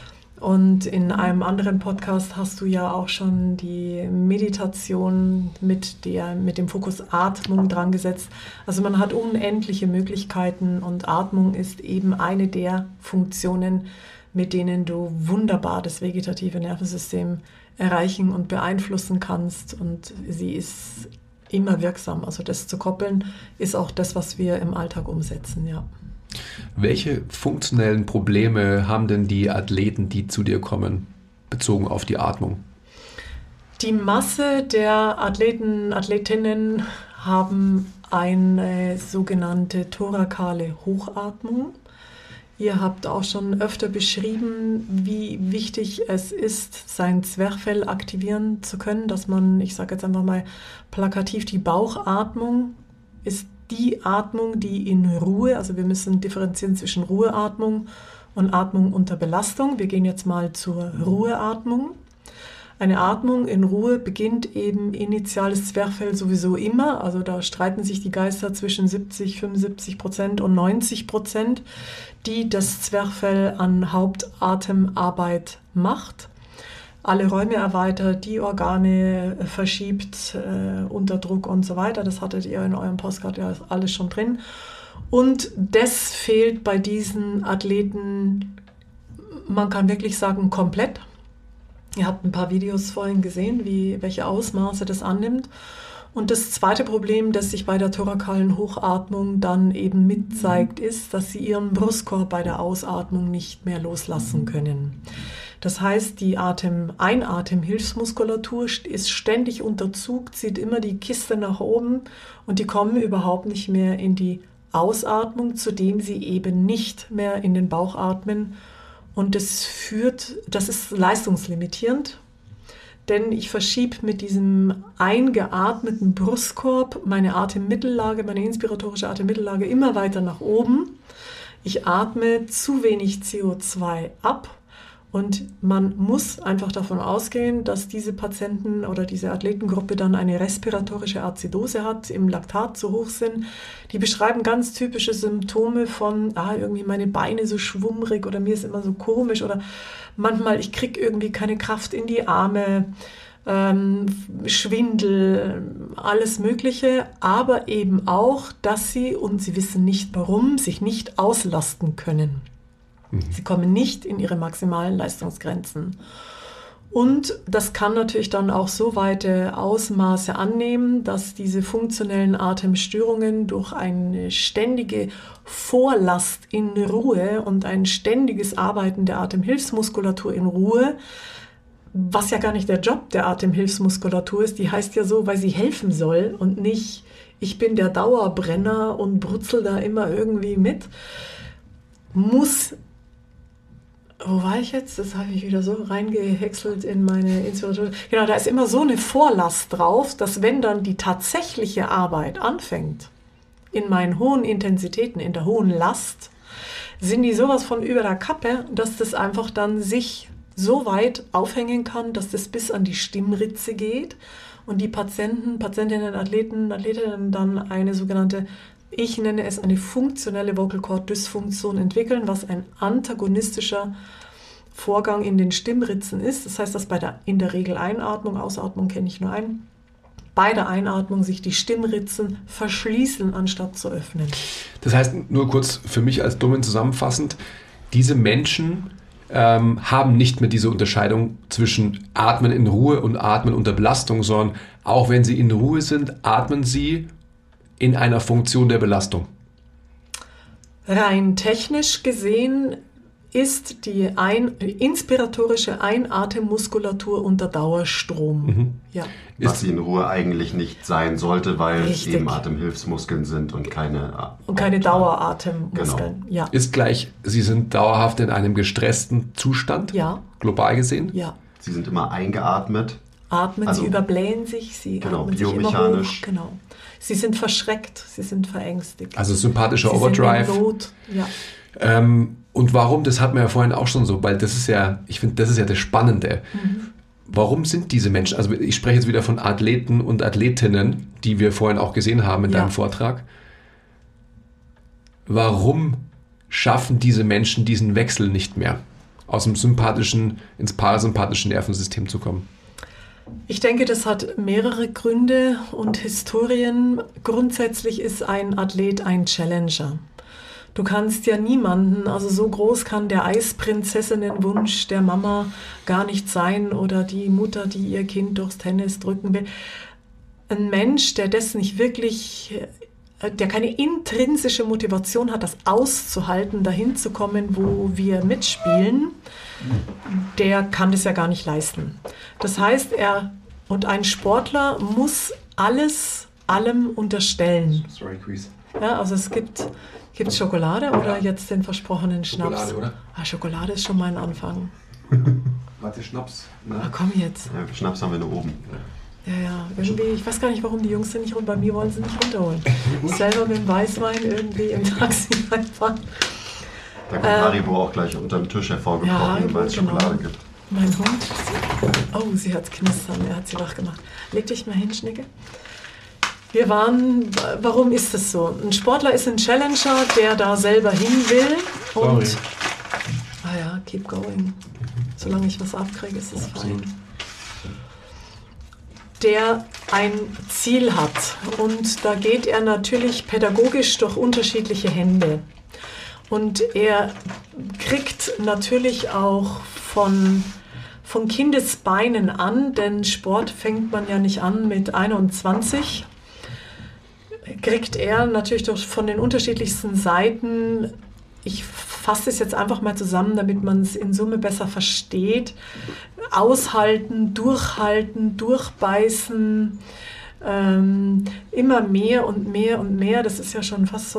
Und in einem anderen Podcast hast du ja auch schon die Meditation mit dem Fokus Atmung dran gesetzt. Also man hat unendliche Möglichkeiten und Atmung ist eben eine der Funktionen, mit denen du wunderbar das vegetative Nervensystem erreichen und beeinflussen kannst. Und sie ist immer wirksam. Also das zu koppeln ist auch das, was wir im Alltag umsetzen, ja. Welche funktionellen Probleme haben denn die Athleten, die zu dir kommen, bezogen auf die Atmung? Die Masse der Athletinnen haben eine sogenannte thorakale Hochatmung. Ihr habt auch schon öfter beschrieben, wie wichtig es ist, sein Zwerchfell aktivieren zu können, dass man, ich sage jetzt einfach mal plakativ, die Bauchatmung ist die Atmung, die in Ruhe, also wir müssen differenzieren zwischen Ruheatmung und Atmung unter Belastung. Wir gehen jetzt mal zur Ruheatmung. Eine Atmung in Ruhe beginnt eben initiales Zwerchfell sowieso immer, also da streiten sich die Geister zwischen 70-75% und 90%, die das Zwerchfell an Hauptatemarbeit macht. Alle Räume erweitert, die Organe verschiebt unter Druck und so weiter. Das hattet ihr in eurem Postcard ja alles schon drin. Und das fehlt bei diesen Athleten, man kann wirklich sagen, komplett. Ihr habt ein paar Videos vorhin gesehen, welche Ausmaße das annimmt. Und das zweite Problem, das sich bei der thorakalen Hochatmung dann eben mitzeigt, ist, dass sie ihren Brustkorb bei der Ausatmung nicht mehr loslassen können. Das heißt, die Einatemhilfsmuskulatur ist ständig unter Zug, zieht immer die Kiste nach oben und die kommen überhaupt nicht mehr in die Ausatmung, zudem sie eben nicht mehr in den Bauch atmen. Und das ist leistungslimitierend, denn ich verschiebe mit diesem eingeatmeten Brustkorb meine Atemmittellage, meine inspiratorische Atemmittellage immer weiter nach oben. Ich atme zu wenig CO2 ab. Und man muss einfach davon ausgehen, dass diese Patienten oder diese Athletengruppe dann eine respiratorische Azidose hat, im Laktat zu hoch sind. Die beschreiben ganz typische Symptome von, irgendwie meine Beine so schwummrig oder mir ist immer so komisch oder manchmal ich kriege irgendwie keine Kraft in die Arme, Schwindel, alles Mögliche, aber eben auch, dass sie, und sie wissen nicht warum, sich nicht auslasten können. Sie kommen nicht in ihre maximalen Leistungsgrenzen. Und das kann natürlich dann auch so weite Ausmaße annehmen, dass diese funktionellen Atemstörungen durch eine ständige Vorlast in Ruhe und ein ständiges Arbeiten der Atemhilfsmuskulatur in Ruhe, was ja gar nicht der Job der Atemhilfsmuskulatur ist, die heißt ja so, weil sie helfen soll und nicht, ich bin der Dauerbrenner und brutzel da immer irgendwie mit, wo war ich jetzt? Das habe ich wieder so reingehäckselt in meine Inspiration. Genau, da ist immer so eine Vorlast drauf, dass wenn dann die tatsächliche Arbeit anfängt, in meinen hohen Intensitäten, in der hohen Last, sind die sowas von über der Kappe, dass das einfach dann sich so weit aufhängen kann, dass das bis an die Stimmritze geht und die Patientinnen, Athletinnen dann eine sogenannte, ich nenne es eine funktionelle Vocal Cord Dysfunktion entwickeln, was ein antagonistischer Vorgang in den Stimmritzen ist. Das heißt, dass in der Regel Einatmung, Ausatmung kenne ich nur einen, bei der Einatmung sich die Stimmritzen verschließen, anstatt zu öffnen. Das heißt, nur kurz für mich als Dummen zusammenfassend, diese Menschen haben nicht mehr diese Unterscheidung zwischen Atmen in Ruhe und Atmen unter Belastung, sondern auch wenn sie in Ruhe sind, atmen sie in einer Funktion der Belastung. Rein technisch gesehen ist die inspiratorische Einatemmuskulatur unter Dauerstrom. Mhm. Ja. Was sie in Ruhe eigentlich nicht sein sollte, weil es eben Atemhilfsmuskeln sind und keine Daueratemmuskeln. Genau. Ja. Ist gleich, sie sind dauerhaft in einem gestressten Zustand, ja. Global gesehen? Ja. Sie sind immer eingeatmet. atmen, sie überblähen sich, sie atmen sich immer hoch. Genau. Sie sind verschreckt, sie sind verängstigt. Also sympathischer Overdrive. Sind in Not. Ja. Und warum, das hatten wir ja vorhin auch schon so, weil das ist ja, ich finde, das ist ja das Spannende. Warum sind diese Menschen, also ich spreche jetzt wieder von Athleten und Athletinnen, die wir vorhin auch gesehen haben in deinem Vortrag. Warum schaffen diese Menschen diesen Wechsel nicht mehr, aus dem sympathischen ins parasympathische Nervensystem zu kommen? Ich denke, das hat mehrere Gründe und Historien. Grundsätzlich ist ein Athlet ein Challenger. Du kannst ja niemanden, also so groß kann der Eisprinzessinnenwunsch der Mama gar nicht sein oder die Mutter, die ihr Kind durchs Tennis drücken will. Ein Mensch, der das nicht wirklich, der keine intrinsische Motivation hat, das auszuhalten, dahin zu kommen, wo wir mitspielen, der kann das ja gar nicht leisten. Das heißt, ein Sportler muss alles allem unterstellen. Sorry, Quiz. Ja, also es gibt Schokolade oder jetzt den versprochenen Schnaps? Schokolade, oder? Schokolade ist schon mein Anfang. Warte, Schnaps. Ne? Komm jetzt. Ja, Schnaps haben wir nur oben. Ja, irgendwie, ich weiß gar nicht, warum die Jungs sind nicht runter. Bei mir wollen sie nicht runterholen. Ich selber mit dem Weißwein irgendwie im Taxi reinfahren. Da kommt Haribo auch gleich unter dem Tisch hervorgebrochen, weil es Schokolade gibt. Mein Hund. Oh, sie hat knistern. Er hat sie wach gemacht. Leg dich mal hin, Schnicke. Warum ist das so? Ein Sportler ist ein Challenger, der da selber hin will. Und, keep going. Solange ich was abkriege, ist das fein. Der ein Ziel hat. Und da geht er natürlich pädagogisch durch unterschiedliche Hände. Und er kriegt natürlich auch von Kindesbeinen an, denn Sport fängt man ja nicht an mit 21, kriegt er natürlich von den unterschiedlichsten Seiten, ich fasse es jetzt einfach mal zusammen, damit man es in Summe besser versteht, aushalten, durchhalten, durchbeißen, immer mehr und mehr und mehr, das ist ja schon fast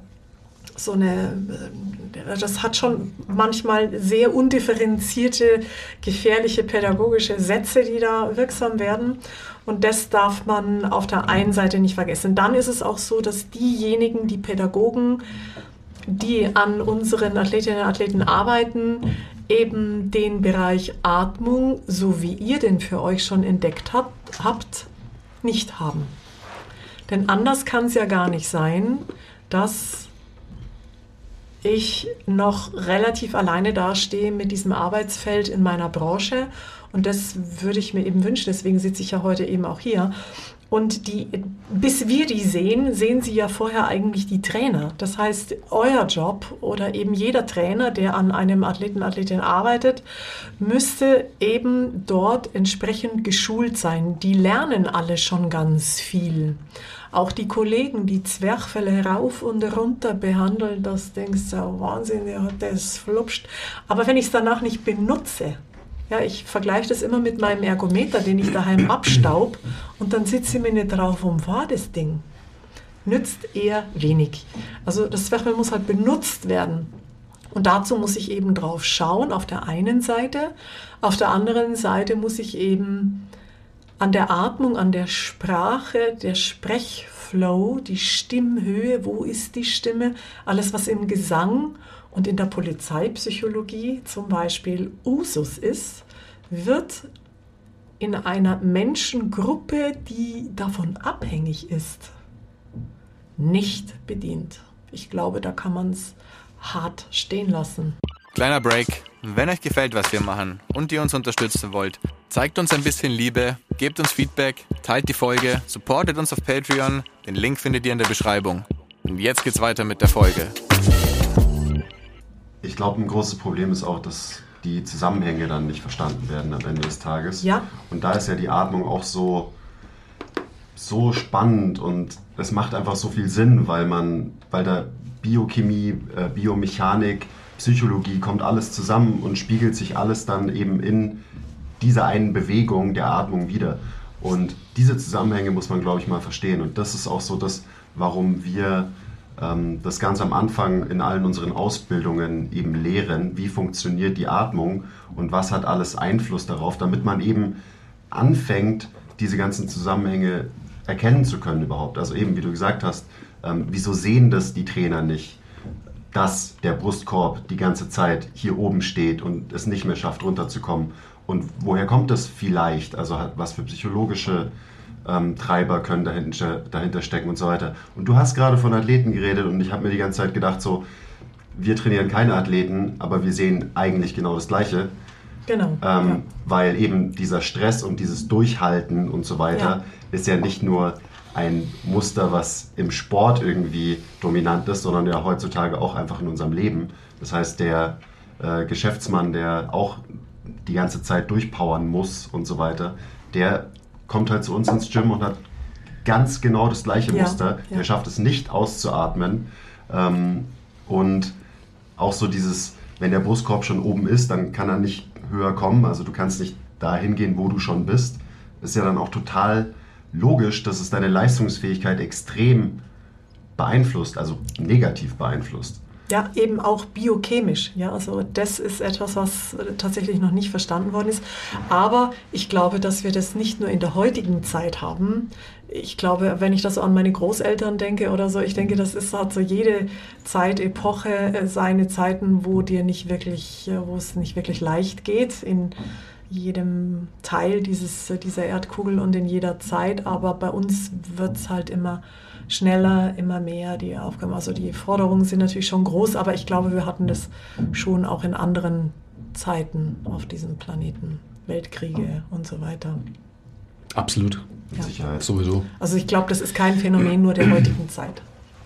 das hat schon manchmal sehr undifferenzierte, gefährliche pädagogische Sätze, die da wirksam werden. Und das darf man auf der einen Seite nicht vergessen. Dann ist es auch so, dass diejenigen, die Pädagogen, die an unseren Athletinnen und Athleten arbeiten, eben den Bereich Atmung, so wie ihr den für euch schon entdeckt habt, nicht haben. Denn anders kann es ja gar nicht sein, dass ich noch relativ alleine dastehe mit diesem Arbeitsfeld in meiner Branche. Und das würde ich mir eben wünschen, deswegen sitze ich ja heute eben auch hier. Und bis wir die sehen sie ja vorher eigentlich die Trainer. Das heißt, euer Job oder eben jeder Trainer, der an einem Athleten, Athletin arbeitet, müsste eben dort entsprechend geschult sein. Die lernen alle schon ganz viel. Auch die Kollegen, die Zwerchfelle rauf und runter behandeln, das denkst du, oh, Wahnsinn, der hat das flupscht. Aber wenn ich es danach nicht benutze, ja, ich vergleiche das immer mit meinem Ergometer, den ich daheim abstaub und dann sitze ich mir nicht drauf, war das Ding. Nützt eher wenig. Also das Zwerchfell muss halt benutzt werden. Und dazu muss ich eben drauf schauen, auf der einen Seite. Auf der anderen Seite muss ich eben an der Atmung, an der Sprache, der Sprechflow, die Stimmhöhe, wo ist die Stimme, alles was im Gesang und in der Polizeipsychologie zum Beispiel Usus ist, wird in einer Menschengruppe, die davon abhängig ist, nicht bedient. Ich glaube, da kann man es hart stehen lassen. Kleiner Break. Wenn euch gefällt, was wir machen und ihr uns unterstützen wollt, zeigt uns ein bisschen Liebe, gebt uns Feedback, teilt die Folge, supportet uns auf Patreon. Den Link findet ihr in der Beschreibung. Und jetzt geht's weiter mit der Folge. Ich glaube, ein großes Problem ist auch, dass die Zusammenhänge dann nicht verstanden werden am Ende des Tages. Ja. Und da ist ja die Atmung auch so spannend und es macht einfach so viel Sinn, weil da Biochemie, Biomechanik, Psychologie kommt alles zusammen und spiegelt sich alles dann eben in dieser einen Bewegung der Atmung wieder. Und diese Zusammenhänge muss man, glaube ich, mal verstehen. Und das ist auch so das, warum wir das ganz am Anfang in allen unseren Ausbildungen eben lehren, wie funktioniert die Atmung und was hat alles Einfluss darauf, damit man eben anfängt, diese ganzen Zusammenhänge erkennen zu können überhaupt. Also eben, wie du gesagt hast, wieso sehen das die Trainer nicht, dass der Brustkorb die ganze Zeit hier oben steht und es nicht mehr schafft, runterzukommen? Und woher kommt das vielleicht? Also was für psychologische Treiber können dahinter stecken und so weiter. Und du hast gerade von Athleten geredet und ich habe mir die ganze Zeit gedacht, so, wir trainieren keine Athleten, aber wir sehen eigentlich genau das Gleiche. Genau. Weil eben dieser Stress und dieses Durchhalten und so weiter ist ja nicht nur ein Muster, was im Sport irgendwie dominant ist, sondern ja heutzutage auch einfach in unserem Leben. Das heißt, der Geschäftsmann, der auch die ganze Zeit durchpowern muss und so weiter, der kommt halt zu uns ins Gym und hat ganz genau das gleiche Muster. Der schafft es nicht auszuatmen. Und auch so dieses, wenn der Brustkorb schon oben ist, dann kann er nicht höher kommen. Also du kannst nicht dahin gehen, wo du schon bist. Das ist ja dann auch total logisch, dass es deine Leistungsfähigkeit extrem beeinflusst, also negativ beeinflusst. Ja, eben auch biochemisch. Ja, also das ist etwas, was tatsächlich noch nicht verstanden worden ist. Aber ich glaube, dass wir das nicht nur in der heutigen Zeit haben. Ich glaube, wenn ich das so an meine Großeltern denke oder so, ich denke, das ist halt so jede Zeitepoche seine Zeiten, wo es nicht wirklich leicht geht in jedem Teil dieser Erdkugel und in jeder Zeit. Aber bei uns wird es halt immer schneller, immer mehr die Aufgaben. Also die Forderungen sind natürlich schon groß, aber ich glaube, wir hatten das schon auch in anderen Zeiten auf diesem Planeten, Weltkriege und so weiter. Absolut. Mit Sicherheit. Sowieso. Also ich glaube, das ist kein Phänomen nur der heutigen Zeit.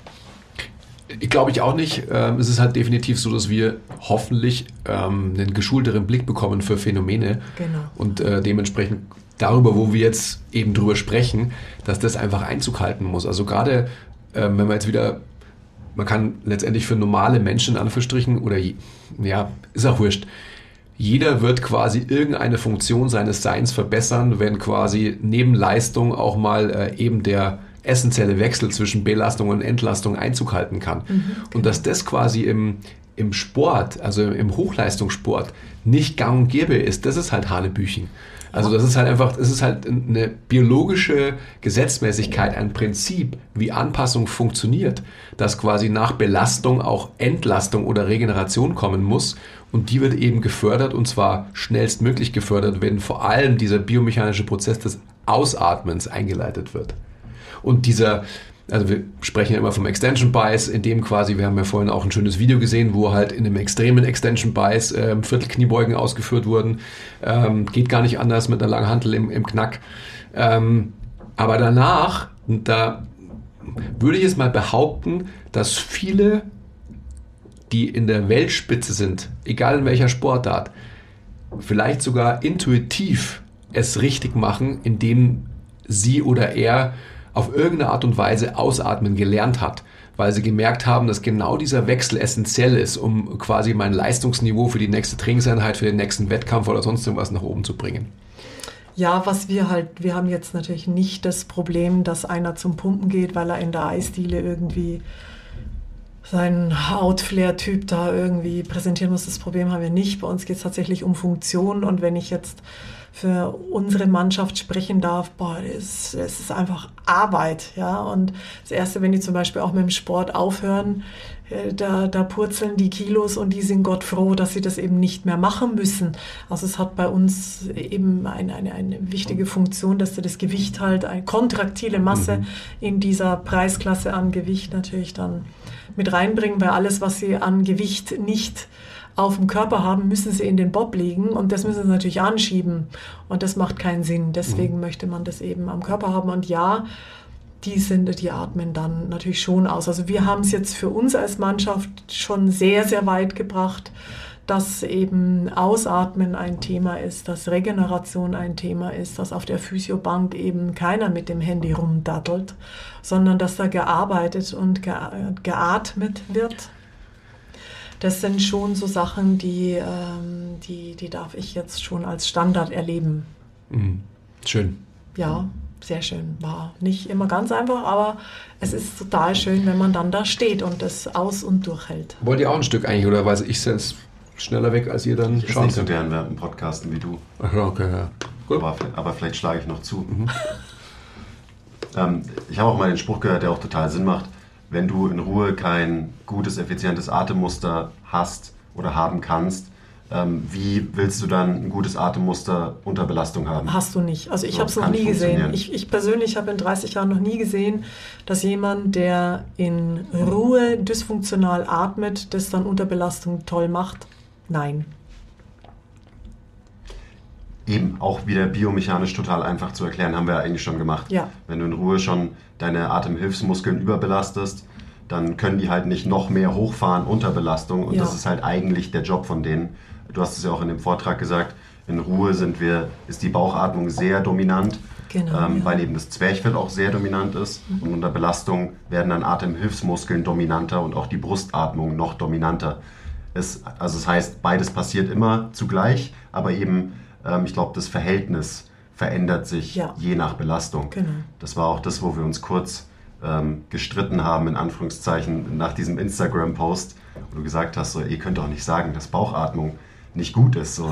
Glaube ich auch nicht. Es ist halt definitiv so, dass wir hoffentlich einen geschulteren Blick bekommen für Phänomene. Genau. Und dementsprechend darüber, wo wir jetzt eben drüber sprechen, dass das einfach Einzug halten muss. Also gerade, wenn man jetzt wieder, man kann letztendlich für normale Menschen in Anführungsstrichen, oder ja, ist auch wurscht, jeder wird quasi irgendeine Funktion seines Seins verbessern, wenn quasi neben Leistung auch mal eben der essentielle Wechsel zwischen Belastung und Entlastung Einzug halten kann. Und dass das quasi im Sport, also im Hochleistungssport, nicht gang und gäbe ist, das ist halt Hanebüchen. Also das ist halt einfach, es ist halt eine biologische Gesetzmäßigkeit, ein Prinzip, wie Anpassung funktioniert, dass quasi nach Belastung auch Entlastung oder Regeneration kommen muss und die wird eben gefördert und zwar schnellstmöglich gefördert, wenn vor allem dieser biomechanische Prozess des Ausatmens eingeleitet wird. Und also wir sprechen ja immer vom Extension Bias, in dem quasi, wir haben ja vorhin auch ein schönes Video gesehen, wo halt in einem extremen Extension Bias Viertelkniebeugen ausgeführt wurden. Geht gar nicht anders mit einer langen Hantel im Knack. Aber danach, da würde ich jetzt mal behaupten, dass viele, die in der Weltspitze sind, egal in welcher Sportart, vielleicht sogar intuitiv es richtig machen, indem sie oder er auf irgendeine Art und Weise ausatmen gelernt hat, weil sie gemerkt haben, dass genau dieser Wechsel essentiell ist, um quasi mein Leistungsniveau für die nächste Trainingseinheit, für den nächsten Wettkampf oder sonst irgendwas nach oben zu bringen. Ja, wir haben jetzt natürlich nicht das Problem, dass einer zum Pumpen geht, weil er in der Eisdiele irgendwie seinen Outflare-Typ da irgendwie präsentieren muss. Das Problem haben wir nicht. Bei uns geht es tatsächlich um Funktion und wenn ich jetzt für unsere Mannschaft sprechen darf, es ist einfach Arbeit, ja. Und das Erste, wenn die zum Beispiel auch mit dem Sport aufhören, da purzeln die Kilos und die sind Gott froh, dass sie das eben nicht mehr machen müssen. Also es hat bei uns eben eine wichtige Funktion, dass du das Gewicht halt, eine kontraktile Masse in dieser Preisklasse an Gewicht natürlich dann mit reinbringen, weil alles, was sie an Gewicht nicht auf dem Körper haben, müssen sie in den Bob legen und das müssen sie natürlich anschieben und das macht keinen Sinn. Deswegen möchte man das eben am Körper haben und ja, die atmen dann natürlich schon aus. Also wir haben es jetzt für uns als Mannschaft schon sehr, sehr weit gebracht, dass eben Ausatmen ein Thema ist, dass Regeneration ein Thema ist, dass auf der Physiobank eben keiner mit dem Handy rumdattelt, sondern dass da gearbeitet und geatmet wird. Das sind schon so Sachen, die darf ich jetzt schon als Standard erleben. Schön. Ja, sehr schön. War nicht immer ganz einfach, aber es ist total schön, wenn man dann da steht und das aus- und durchhält. Wollt ihr auch ein Stück eigentlich, oder weiß ich es schneller weg, als ihr dann ich schauen nicht könnt. so gern während dem Podcasten wie du. Ach, okay, ja. Gut. Aber vielleicht schlage ich noch zu. Ich habe auch mal den Spruch gehört, der auch total Sinn macht. Wenn du in Ruhe kein gutes, effizientes Atemmuster hast oder haben kannst, wie willst du dann ein gutes Atemmuster unter Belastung haben? Hast du nicht. Also ich So, habe es noch kann nie gesehen. funktionieren. Ich persönlich habe in 30 Jahren noch nie gesehen, dass jemand, der in Ruhe dysfunktional atmet, das dann unter Belastung toll macht. Nein. Eben auch wieder biomechanisch total einfach zu erklären, haben wir ja eigentlich schon gemacht. Ja. Wenn du in Ruhe schon deine Atemhilfsmuskeln überbelastest, dann können die halt nicht noch mehr hochfahren unter Belastung und Ja. das ist halt eigentlich der Job von denen. Du hast es ja auch in dem Vortrag gesagt, in Ruhe ist die Bauchatmung sehr dominant, Genau, ja. weil eben das Zwerchfell auch sehr dominant ist und unter Belastung werden dann Atemhilfsmuskeln dominanter und auch die Brustatmung noch dominanter. Das heißt, beides passiert immer zugleich, aber eben, ich glaube, das Verhältnis verändert sich Ja. je nach Belastung. Genau. Das war auch das, wo wir uns kurz gestritten haben, in Anführungszeichen, nach diesem Instagram-Post, wo du gesagt hast, so, ihr könnt doch nicht sagen, dass Bauchatmung nicht gut ist. So.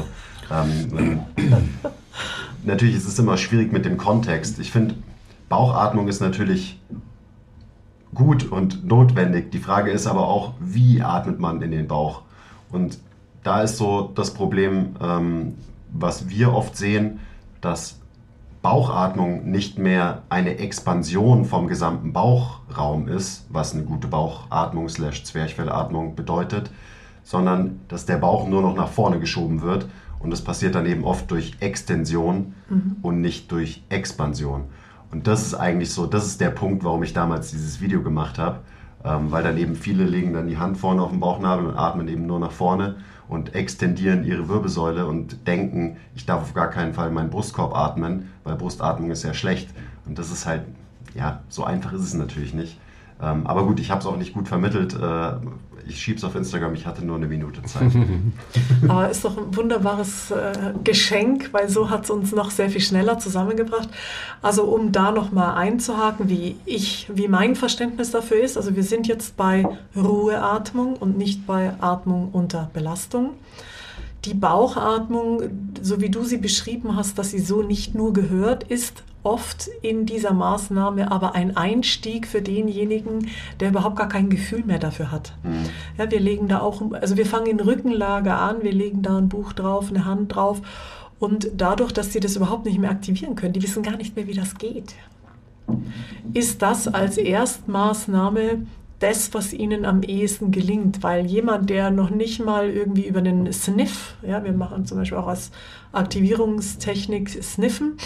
Natürlich ist es immer schwierig mit dem Kontext. Ich finde, Bauchatmung ist natürlich gut und notwendig. Die Frage ist aber auch, wie atmet man in den Bauch? Und da ist so das Problem, was wir oft sehen, dass Bauchatmung nicht mehr eine Expansion vom gesamten Bauchraum ist, was eine gute Bauchatmung / Zwerchfellatmung bedeutet, sondern dass der Bauch nur noch nach vorne geschoben wird und das passiert dann eben oft durch Extension und nicht durch Expansion. Und das ist eigentlich so, das ist der Punkt, warum ich damals dieses Video gemacht habe, weil dann eben viele legen dann die Hand vorne auf den Bauchnabel und atmen eben nur nach vorne und extendieren ihre Wirbelsäule und denken, ich darf auf gar keinen Fall meinen Brustkorb atmen, weil Brustatmung ist ja schlecht. Und das ist halt, ja, so einfach ist es natürlich nicht. Aber gut, ich habe es auch nicht gut vermittelt. Ich schiebe es auf Instagram, ich hatte nur eine Minute Zeit. Aber ist doch ein wunderbares Geschenk, weil so hat es uns noch sehr viel schneller zusammengebracht. Also um da nochmal einzuhaken, wie mein Verständnis dafür ist. Also wir sind jetzt bei Ruheatmung und nicht bei Atmung unter Belastung. Die Bauchatmung, so wie du sie beschrieben hast, dass sie so nicht nur gehört, ist oft in dieser Maßnahme aber ein Einstieg für denjenigen, der überhaupt gar kein Gefühl mehr dafür hat. Ja, wir legen da auch, also wir fangen in Rückenlage an, wir legen da ein Buch drauf, eine Hand drauf und dadurch, dass sie das überhaupt nicht mehr aktivieren können, die wissen gar nicht mehr, wie das geht, ist das als Erstmaßnahme das, was ihnen am ehesten gelingt, weil jemand, der noch nicht mal irgendwie über den Sniff, ja, wir machen zum Beispiel auch als Aktivierungstechnik Sniffen,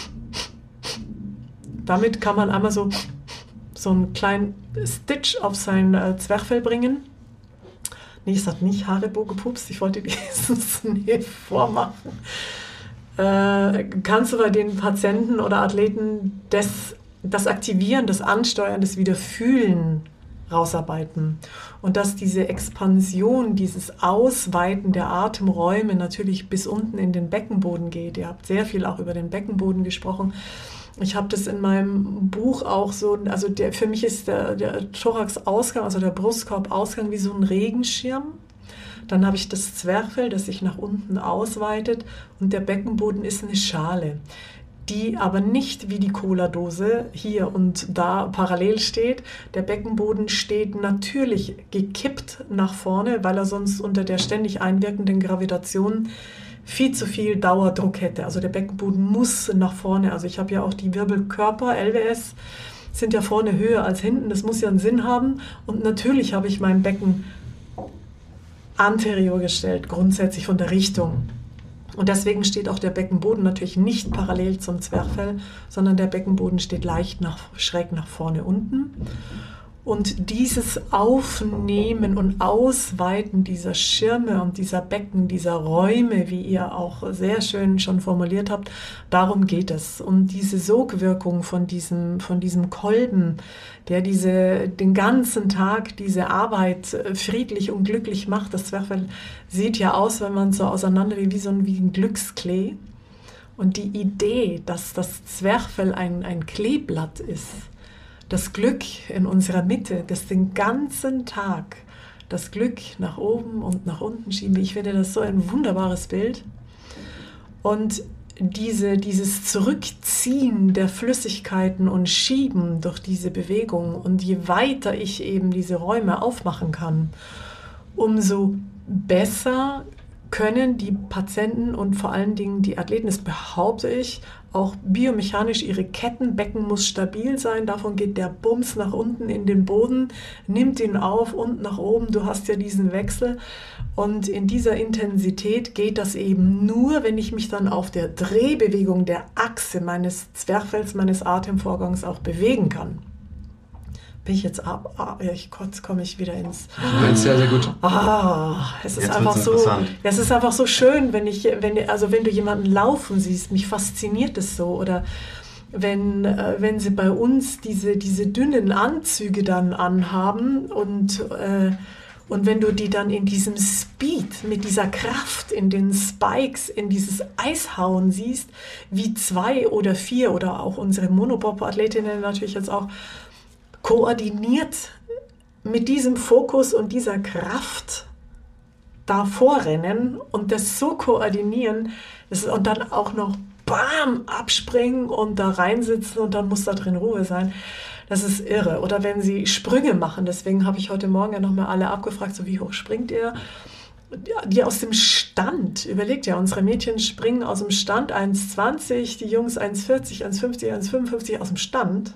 damit kann man einmal so einen kleinen Stitch auf sein Zwerchfell bringen. Nee, ich sage nicht Haribo gepupst, ich wollte diesen Sniff vormachen. Kannst du bei den Patienten oder Athleten das Aktivieren, das Ansteuern, das Wiederfühlen rausarbeiten. Und dass diese Expansion, dieses Ausweiten der Atemräume natürlich bis unten in den Beckenboden geht. Ihr habt sehr viel auch über den Beckenboden gesprochen. Ich habe das in meinem Buch auch so, also für mich ist der Thoraxausgang, also der Brustkorbausgang wie so ein Regenschirm. Dann habe ich das Zwerchfell, das sich nach unten ausweitet und der Beckenboden ist eine Schale, die aber nicht wie die Cola-Dose hier und da parallel steht. Der Beckenboden steht natürlich gekippt nach vorne, weil er sonst unter der ständig einwirkenden Gravitation viel zu viel Dauerdruck hätte. Also der Beckenboden muss nach vorne. Also ich habe ja auch die Wirbelkörper, LWS, sind ja vorne höher als hinten. Das muss ja einen Sinn haben. Und natürlich habe ich mein Becken anterior gestellt, grundsätzlich von der Richtung. Und deswegen steht auch der Beckenboden natürlich nicht parallel zum Zwerchfell, sondern der Beckenboden steht leicht schräg nach vorne unten. Und dieses Aufnehmen und Ausweiten dieser Schirme und dieser Becken, dieser Räume, wie ihr auch sehr schön schon formuliert habt, darum geht es. Um diese Sogwirkung von diesem Kolben, der den ganzen Tag diese Arbeit friedlich und glücklich macht. Das Zwerchfell sieht ja aus, wenn man so auseinandergeht, wie ein Glücksklee. Und die Idee, dass das Zwerchfell ein Kleeblatt ist, das Glück in unserer Mitte, das den ganzen Tag das Glück nach oben und nach unten schieben. Ich finde das so ein wunderbares Bild. Und dieses Zurückziehen der Flüssigkeiten und Schieben durch diese Bewegung, und je weiter ich eben diese Räume aufmachen kann, umso besser können die Patienten und vor allen Dingen die Athleten, das behaupte ich, auch biomechanisch, ihre Kettenbecken muss stabil sein, davon geht der Bums nach unten in den Boden, nimmt ihn auf und nach oben, du hast ja diesen Wechsel, und in dieser Intensität geht das eben nur, wenn ich mich dann auf der Drehbewegung der Achse meines Zwerchfells, meines Atemvorgangs auch bewegen kann. Bin ich jetzt kurz komme ich wieder ins... Sehr, sehr gut. Es ist einfach so schön, wenn du jemanden laufen siehst, mich fasziniert es so. Oder wenn sie bei uns diese dünnen Anzüge dann anhaben und wenn du die dann in diesem Speed, mit dieser Kraft in den Spikes, in dieses Eis hauen siehst, wie 2 oder 4 oder auch unsere Monobob-Athletinnen natürlich jetzt auch, koordiniert mit diesem Fokus und dieser Kraft da vorrennen und das so koordinieren und dann auch noch bam, abspringen und da reinsitzen und dann muss da drin Ruhe sein. Das ist irre. Oder wenn sie Sprünge machen, deswegen habe ich heute Morgen ja nochmal alle abgefragt, so wie hoch springt ihr? Die aus dem Stand, überlegt ja, unsere Mädchen springen aus dem Stand 1,20, die Jungs 1,40, 1,50, 1,55 aus dem Stand.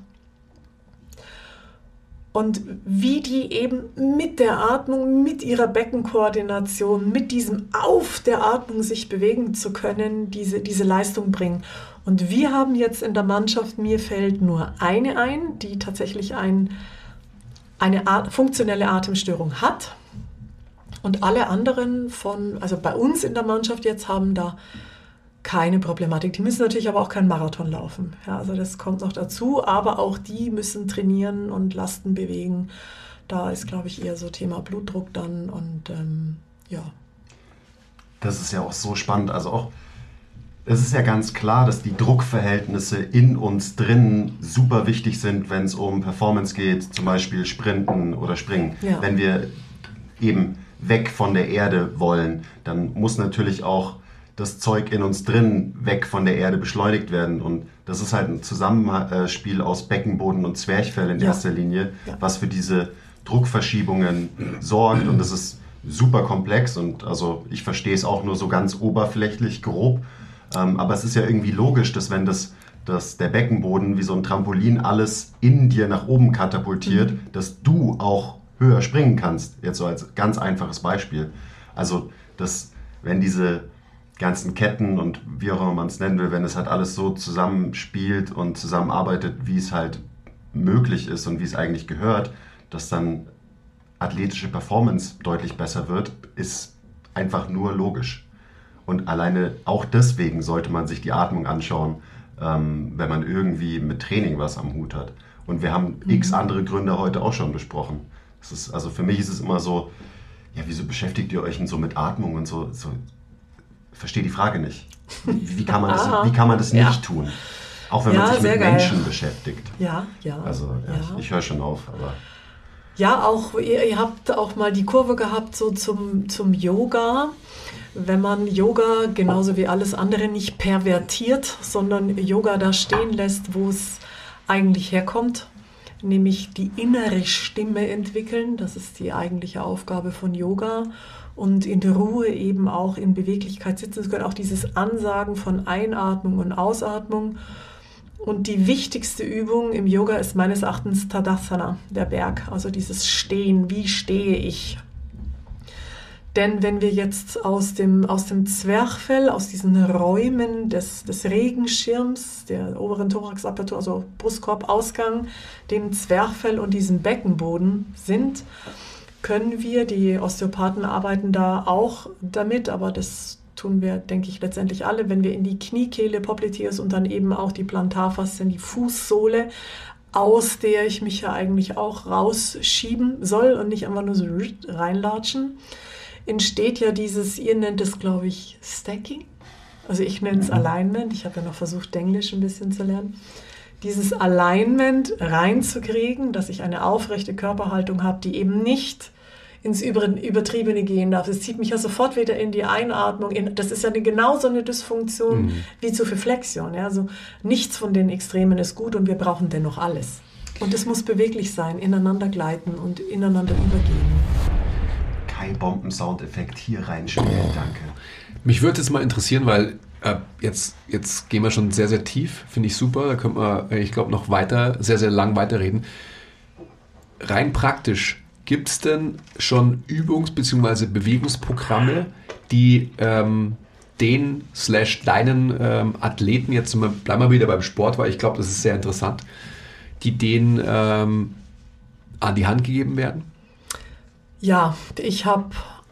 Und wie die eben mit der Atmung, mit ihrer Beckenkoordination, mit diesem auf der Atmung sich bewegen zu können, diese Leistung bringen. Und wir haben jetzt in der Mannschaft, mir fällt nur eine ein, die tatsächlich eine funktionelle Atemstörung hat. Und alle anderen also bei uns in der Mannschaft jetzt haben da keine Problematik. Die müssen natürlich aber auch keinen Marathon laufen. Ja, also das kommt noch dazu, aber auch die müssen trainieren und Lasten bewegen. Da ist, glaube ich, eher so Thema Blutdruck dann und ja. Das ist ja auch so spannend. Also auch, es ist ja ganz klar, dass die Druckverhältnisse in uns drin super wichtig sind, wenn es um Performance geht, zum Beispiel Sprinten oder Springen. Ja. Wenn wir eben weg von der Erde wollen, dann muss natürlich auch das Zeug in uns drin weg von der Erde beschleunigt werden. Und das ist halt ein Zusammenspiel aus Beckenboden und Zwerchfell in erster Linie, was für diese Druckverschiebungen sorgt. Und das ist super komplex und also ich verstehe es auch nur so ganz oberflächlich, grob. Aber es ist ja irgendwie logisch, dass wenn der Beckenboden wie so ein Trampolin alles in dir nach oben katapultiert, dass du auch höher springen kannst. Jetzt so als ganz einfaches Beispiel. Also, wenn diese ganzen Ketten und wie auch immer man es nennen will, wenn es halt alles so zusammenspielt und zusammenarbeitet, wie es halt möglich ist und wie es eigentlich gehört, dass dann athletische Performance deutlich besser wird, ist einfach nur logisch. Und alleine auch deswegen sollte man sich die Atmung anschauen, wenn man irgendwie mit Training was am Hut hat. Und wir haben x andere Gründe heute auch schon besprochen. Also für mich ist es immer so, ja, wieso beschäftigt ihr euch denn so mit Atmung und so verstehe die Frage nicht. Wie kann man das nicht tun? Auch wenn man sich mit Menschen beschäftigt. Ja. Also ich höre schon auf, aber... Ja, auch ihr habt auch mal die Kurve gehabt so zum Yoga. Wenn man Yoga genauso wie alles andere nicht pervertiert, sondern Yoga da stehen lässt, wo es eigentlich herkommt, nämlich die innere Stimme entwickeln. Das ist die eigentliche Aufgabe von Yoga. Und in der Ruhe eben auch in Beweglichkeit sitzen zu können. Auch dieses Ansagen von Einatmung und Ausatmung. Und die wichtigste Übung im Yoga ist meines Erachtens Tadasana, der Berg. Also dieses Stehen, wie stehe ich? Denn wenn wir jetzt aus dem Zwerchfell, aus diesen Räumen des Regenschirms, der oberen Thoraxapertur, also Brustkorbausgang, dem Zwerchfell und diesem Beckenboden sind, können wir, die Osteopathen arbeiten da auch damit, aber das tun wir, denke ich, letztendlich alle, wenn wir in die Kniekehle, Popliteus und dann eben auch die Plantarfaszien, die Fußsohle, aus der ich mich ja eigentlich auch rausschieben soll und nicht einfach nur so reinlatschen, entsteht ja dieses, ihr nennt es, glaube ich, Stacking. Also ich nenne es Alignment. Ich habe ja noch versucht, Englisch ein bisschen zu lernen. Dieses Alignment reinzukriegen, dass ich eine aufrechte Körperhaltung habe, die eben nicht ins Übertriebene gehen darf. Es zieht mich ja sofort wieder in die Einatmung. Das ist ja genauso eine Dysfunktion wie zu viel Flexion. Ja? Also nichts von den Extremen ist gut und wir brauchen dennoch alles. Und es muss beweglich sein, ineinander gleiten und ineinander übergehen. Kein Bomben-Soundeffekt hier reinspielen, danke. Mich würde jetzt mal interessieren, weil jetzt gehen wir schon sehr, sehr tief, finde ich super. Da können wir, ich glaube, noch weiter, sehr, sehr lang weiterreden. Rein praktisch, gibt es denn schon Übungs- bzw. Bewegungsprogramme, die deinen Athleten, jetzt bleiben wir wieder beim Sport, weil ich glaube, das ist sehr interessant, die denen an die Hand gegeben werden? Ja, ich habe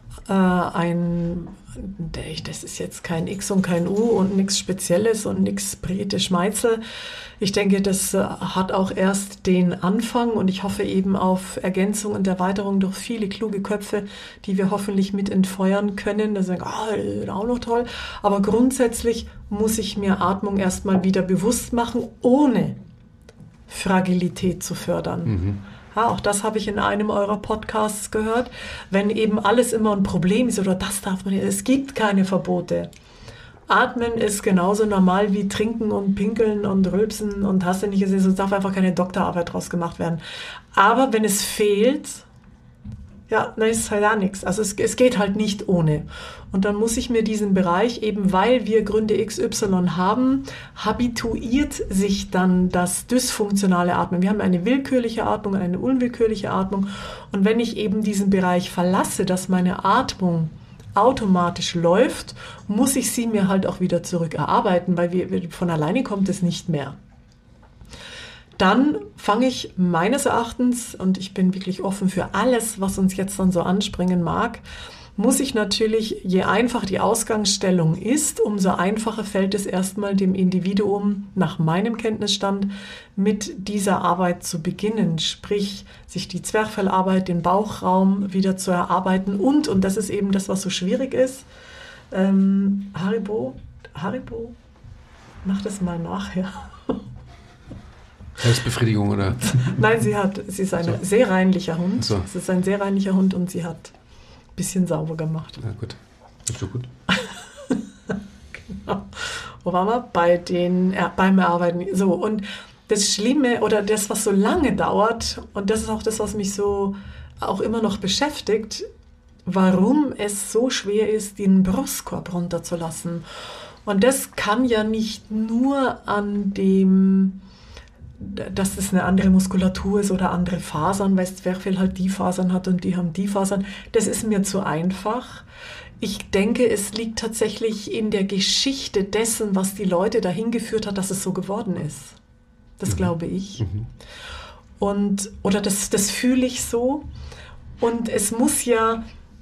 das ist jetzt kein X und kein U und nichts Spezielles und nichts Brigitte Schmeitzel. Ich denke, das hat auch erst den Anfang und ich hoffe eben auf Ergänzung und Erweiterung durch viele kluge Köpfe, die wir hoffentlich mit entfeuern können. Da sagen, auch noch toll. Aber grundsätzlich muss ich mir Atmung erstmal wieder bewusst machen, ohne Fragilität zu fördern. Ja, auch das habe ich in einem eurer Podcasts gehört. Wenn eben alles immer ein Problem ist oder das darf man nicht, es gibt keine Verbote. Atmen ist genauso normal wie Trinken und Pinkeln und Rülpsen und hast du nicht gesehen, es darf einfach keine Doktorarbeit draus gemacht werden. Aber wenn es fehlt, ja, dann ist halt auch nichts. Also es geht halt nicht ohne. Und dann muss ich mir diesen Bereich, eben weil wir Gründe XY haben, habituiert sich dann das dysfunktionale Atmen. Wir haben eine willkürliche Atmung, eine unwillkürliche Atmung. Und wenn ich eben diesen Bereich verlasse, dass meine Atmung automatisch läuft, muss ich sie mir halt auch wieder zurück erarbeiten, weil von alleine kommt es nicht mehr. Dann fange ich meines Erachtens, und ich bin wirklich offen für alles, was uns jetzt dann so anspringen mag, muss ich natürlich, je einfacher die Ausgangsstellung ist, umso einfacher fällt es erstmal dem Individuum, nach meinem Kenntnisstand, mit dieser Arbeit zu beginnen. Sprich, sich die Zwerchfellarbeit, den Bauchraum wieder zu erarbeiten und das ist eben das, was so schwierig ist, Haribo, mach das mal nachher. Selbstbefriedigung, oder? Nein, sie ist ein sehr reinlicher Hund. So. Es ist ein sehr reinlicher Hund und sie hat ein bisschen sauber gemacht. Ja, gut. Ist so gut. Genau. Wo waren wir? Beim Erarbeiten. So, und das Schlimme oder das, was so lange dauert, und das ist auch das, was mich so auch immer noch beschäftigt, warum es so schwer ist, den Brustkorb runterzulassen. Und das kann ja nicht nur an dem, dass es eine andere Muskulatur ist oder andere Fasern, weil das Zwerchfell halt die Fasern hat und die haben die Fasern. Das ist mir zu einfach. Ich denke, es liegt tatsächlich in der Geschichte dessen, was die Leute dahin geführt hat, dass es so geworden ist. Das glaube ich. Oder das fühle ich so. Und es muss ja,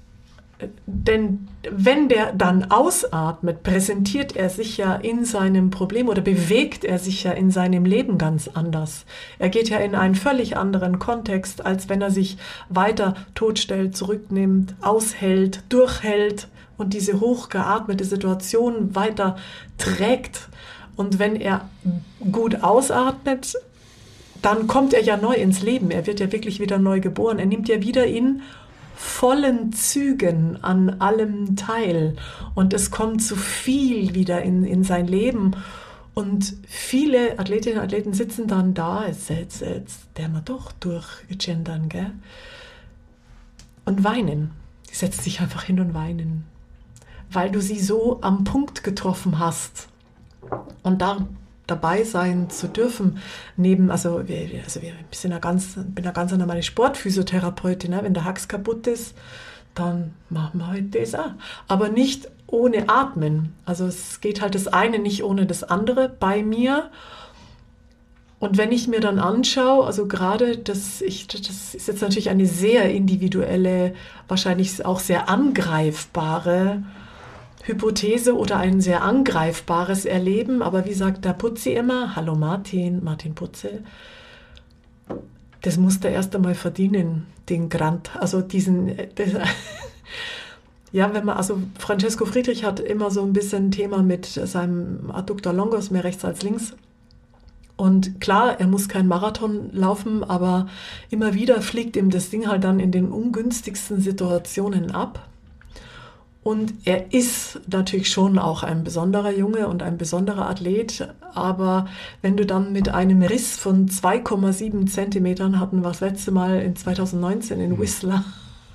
denn wenn der dann ausatmet, präsentiert er sich ja in seinem Problem oder bewegt er sich ja in seinem Leben ganz anders. Er geht ja in einen völlig anderen Kontext, als wenn er sich weiter totstellt, zurücknimmt, aushält, durchhält und diese hochgeatmete Situation weiter trägt. Und wenn er gut ausatmet, dann kommt er ja neu ins Leben. Er wird ja wirklich wieder neu geboren. Er nimmt ja wieder in vollen Zügen an allem teil und es kommt zu viel wieder in sein Leben und viele Athletinnen und Athleten sitzen dann da, jetzt der wir doch durchgendern, gell? Und weinen. Die setzen sich einfach hin und weinen, weil du sie so am Punkt getroffen hast. Und da dabei sein zu dürfen, bin eine ganz normale Sportphysiotherapeutin, ne? Wenn der Hax kaputt ist, dann machen wir halt das auch. Aber nicht ohne Atmen. Also es geht halt das eine nicht ohne das andere bei mir. Und wenn ich mir dann anschaue, also gerade das ist jetzt natürlich eine sehr individuelle, wahrscheinlich auch sehr angreifbare Hypothese oder ein sehr angreifbares Erleben, aber wie sagt der Putzi immer, hallo Martin Putze, das muss der erst einmal verdienen, den Grant, also Francesco Friedrich hat immer so ein bisschen ein Thema mit seinem Adductor longus, mehr rechts als links, Und klar, er muss keinen Marathon laufen, aber immer wieder fliegt ihm das Ding halt dann in den ungünstigsten Situationen ab. Und er ist natürlich schon auch ein besonderer Junge und ein besonderer Athlet, aber wenn du dann mit einem Riss von 2,7 Zentimetern, hatten wir das letzte Mal in 2019 in Whistler,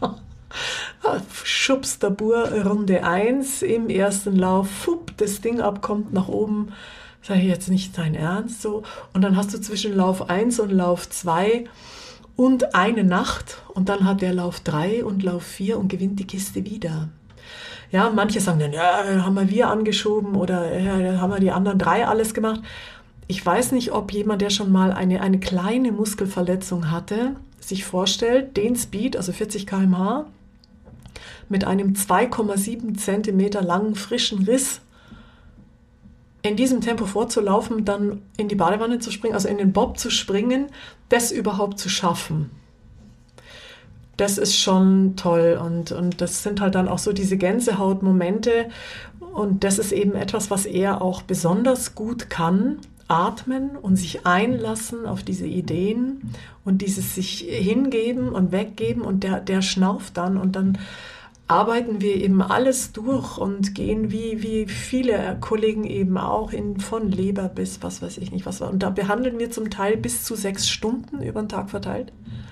schubst der Bur Runde 1 im ersten Lauf, das Ding ab, kommt nach oben, sage ich jetzt nicht dein Ernst so. Und dann hast du zwischen Lauf 1 und Lauf 2 und eine Nacht und dann hat der Lauf 3 und Lauf 4 und gewinnt die Kiste wieder. Ja, manche sagen dann, ja, haben wir angeschoben oder ja, haben wir die anderen 3 alles gemacht. Ich weiß nicht, ob jemand, der schon mal eine kleine Muskelverletzung hatte, sich vorstellt, den Speed, also 40 km/h, mit einem 2,7 Zentimeter langen frischen Riss in diesem Tempo vorzulaufen, dann in die Badewanne zu springen, also in den Bob zu springen, das überhaupt zu schaffen. Das ist schon toll und das sind halt dann auch so diese Gänsehautmomente und das ist eben etwas, was er auch besonders gut kann, atmen und sich einlassen auf diese Ideen und dieses sich hingeben und weggeben und der schnauft dann und dann arbeiten wir eben alles durch und gehen wie viele Kollegen eben auch von Leber bis was weiß ich nicht was war. Und da behandeln wir zum Teil bis zu 6 Stunden über den Tag verteilt.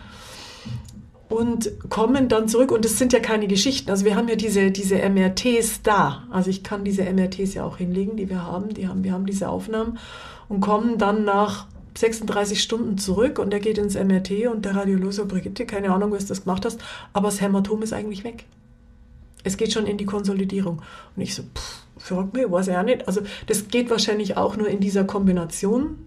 Und kommen dann zurück, und es sind ja keine Geschichten, also wir haben ja diese MRTs da, also ich kann diese MRTs ja auch hinlegen, die wir haben, wir haben diese Aufnahmen und kommen dann nach 36 Stunden zurück und er geht ins MRT und der Radiologe so, Brigitte, keine Ahnung, was du das gemacht hast, aber das Hämatom ist eigentlich weg. Es geht schon in die Konsolidierung. Und ich so, verrückt mir, weiß ich auch nicht. Also das geht wahrscheinlich auch nur in dieser Kombination.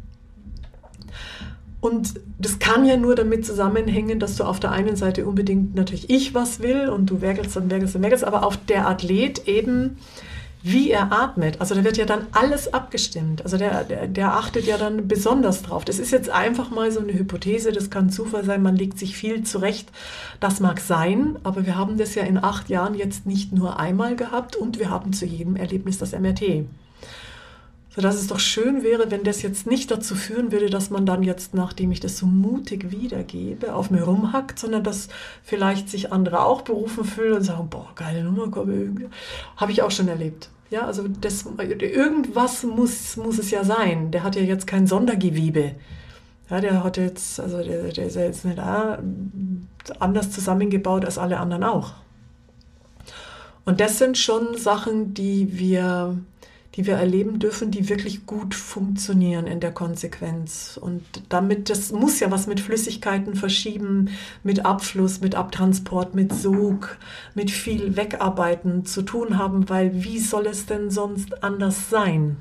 Und das kann ja nur damit zusammenhängen, dass du auf der einen Seite unbedingt natürlich ich was will und du werkelst, aber auch der Athlet eben, wie er atmet. Also da wird ja dann alles abgestimmt. Also der achtet ja dann besonders drauf. Das ist jetzt einfach mal so eine Hypothese, das kann Zufall sein, man legt sich viel zurecht. Das mag sein, aber wir haben das ja in 8 Jahren jetzt nicht nur einmal gehabt und wir haben zu jedem Erlebnis das MRT. Sodass es doch schön wäre, wenn das jetzt nicht dazu führen würde, dass man dann jetzt, nachdem ich das so mutig wiedergebe, auf mir rumhackt, sondern dass vielleicht sich andere auch berufen fühlen und sagen, boah, geile Nummer, habe ich auch schon erlebt. Ja, also irgendwas muss es ja sein. Der hat ja jetzt kein Sondergewebe. Ja, der hat jetzt, also der ist ja jetzt nicht anders zusammengebaut als alle anderen auch. Und das sind schon Sachen, die wir erleben dürfen, die wirklich gut funktionieren in der Konsequenz. Und damit, das muss ja was mit Flüssigkeiten verschieben, mit Abfluss, mit Abtransport, mit Sog, mit viel Wegarbeiten zu tun haben, weil wie soll es denn sonst anders sein?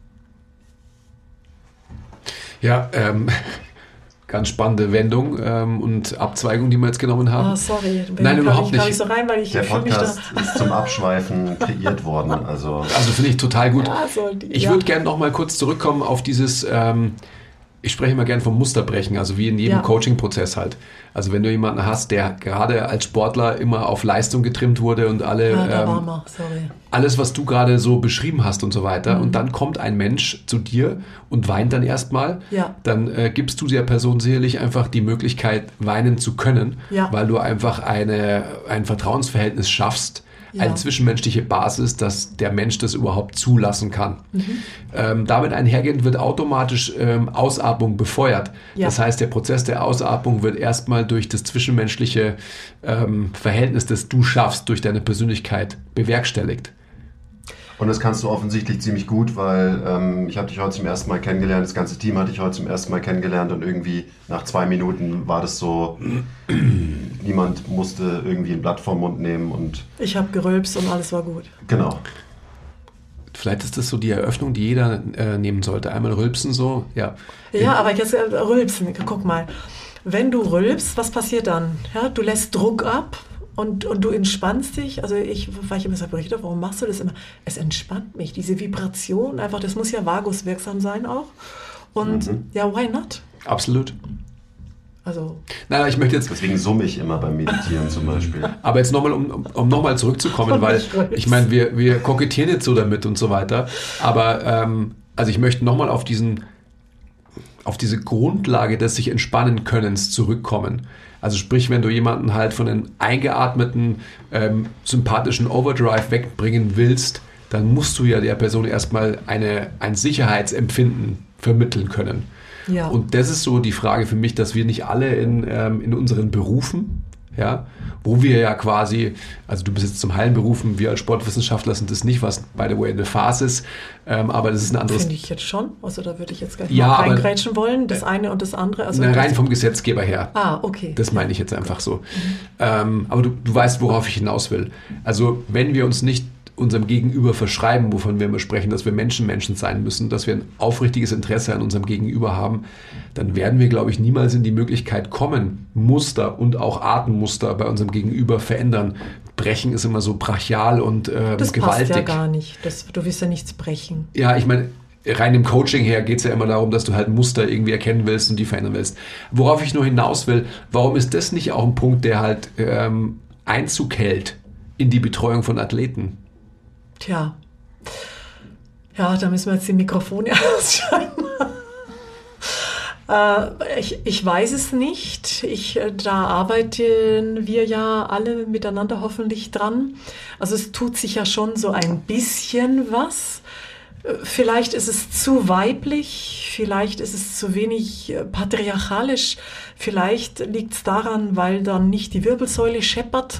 Ja, ganz spannende Wendung und Abzweigung, die wir jetzt genommen haben. Oh, sorry. Nein, überhaupt nicht. Ich so rein, weil der Podcast ist zum Abschweifen kreiert worden. Also finde ich total gut. Ja, ich würde gerne noch mal kurz zurückkommen auf dieses, ich spreche immer gerne vom Musterbrechen, also wie in jedem Coaching-Prozess halt. Also wenn du jemanden hast, der gerade als Sportler immer auf Leistung getrimmt wurde und alles, was du gerade so beschrieben hast und so weiter, und dann kommt ein Mensch zu dir und weint dann erstmal, dann gibst du der Person sicherlich einfach die Möglichkeit, weinen zu können, weil du einfach ein Vertrauensverhältnis schaffst, eine zwischenmenschliche Basis, dass der Mensch das überhaupt zulassen kann. Damit einhergehend wird automatisch Ausatmung befeuert. Das heißt, der Prozess der Ausatmung wird erstmal durch das zwischenmenschliche Verhältnis, das du schaffst, durch deine Persönlichkeit bewerkstelligt. Und das kannst du offensichtlich ziemlich gut, weil ich habe dich heute zum ersten Mal kennengelernt, das ganze Team hatte ich heute zum ersten Mal kennengelernt und irgendwie nach 2 Minuten war das so, niemand musste irgendwie ein Blatt vom Mund nehmen und... Ich habe gerülpst und alles war gut. Genau. Vielleicht ist das so die Eröffnung, die jeder nehmen sollte. Einmal rülpsen so, ja. Ja, aber jetzt rülpsen, guck mal. Wenn du rülpst, was passiert dann? Ja, du lässt Druck ab. Und du entspannst dich, also weil ich immer sage, Brigitte, warum machst du das immer? Es entspannt mich, diese Vibration einfach, das muss ja vaguswirksam sein auch. Und why not? Absolut. Also. Nein, ich möchte jetzt... Deswegen summe ich immer beim Meditieren zum Beispiel. Aber jetzt nochmal, um nochmal zurückzukommen, weil ich meine, wir kokettieren jetzt so damit und so weiter, aber also ich möchte nochmal auf diesen auf diese Grundlage des sich entspannen Könnens zurückkommen. Also sprich, wenn du jemanden halt von einem eingeatmeten, sympathischen Overdrive wegbringen willst, dann musst du ja der Person erstmal ein Sicherheitsempfinden vermitteln können. Ja. Und das ist so die Frage für mich, dass wir nicht alle in unseren Berufen, ja, wo wir ja quasi, also du bist jetzt zum Heilen berufen, wir als Sportwissenschaftler sind das nicht, was by the way eine Phase ist, aber das ist ein anderes... Finde ich jetzt schon, also da würde ich jetzt gleich mal reingrätschen wollen, das eine und das andere. Also rein vom Gesetzgeber her. Okay. Das meine ich jetzt einfach so. Aber du weißt, worauf ich hinaus will. Also wenn wir uns nicht unserem Gegenüber verschreiben, wovon wir immer sprechen, dass wir Menschen sein müssen, dass wir ein aufrichtiges Interesse an unserem Gegenüber haben, dann werden wir, glaube ich, niemals in die Möglichkeit kommen, Muster und auch Atemmuster bei unserem Gegenüber verändern. Brechen ist immer so brachial und das gewaltig. Das passt ja gar nicht. Du willst ja nichts brechen. Ja, ich meine, rein im Coaching her geht es ja immer darum, dass du halt Muster irgendwie erkennen willst und die verändern willst. Worauf ich nur hinaus will, warum ist das nicht auch ein Punkt, der halt Einzug hält in die Betreuung von Athleten? Tja, ja, da müssen wir jetzt die Mikrofone ausschalten. Ich weiß es nicht. Da arbeiten wir ja alle miteinander hoffentlich dran. Also es tut sich ja schon so ein bisschen was. Vielleicht ist es zu weiblich, vielleicht ist es zu wenig patriarchalisch, vielleicht liegt es daran, weil dann nicht die Wirbelsäule scheppert.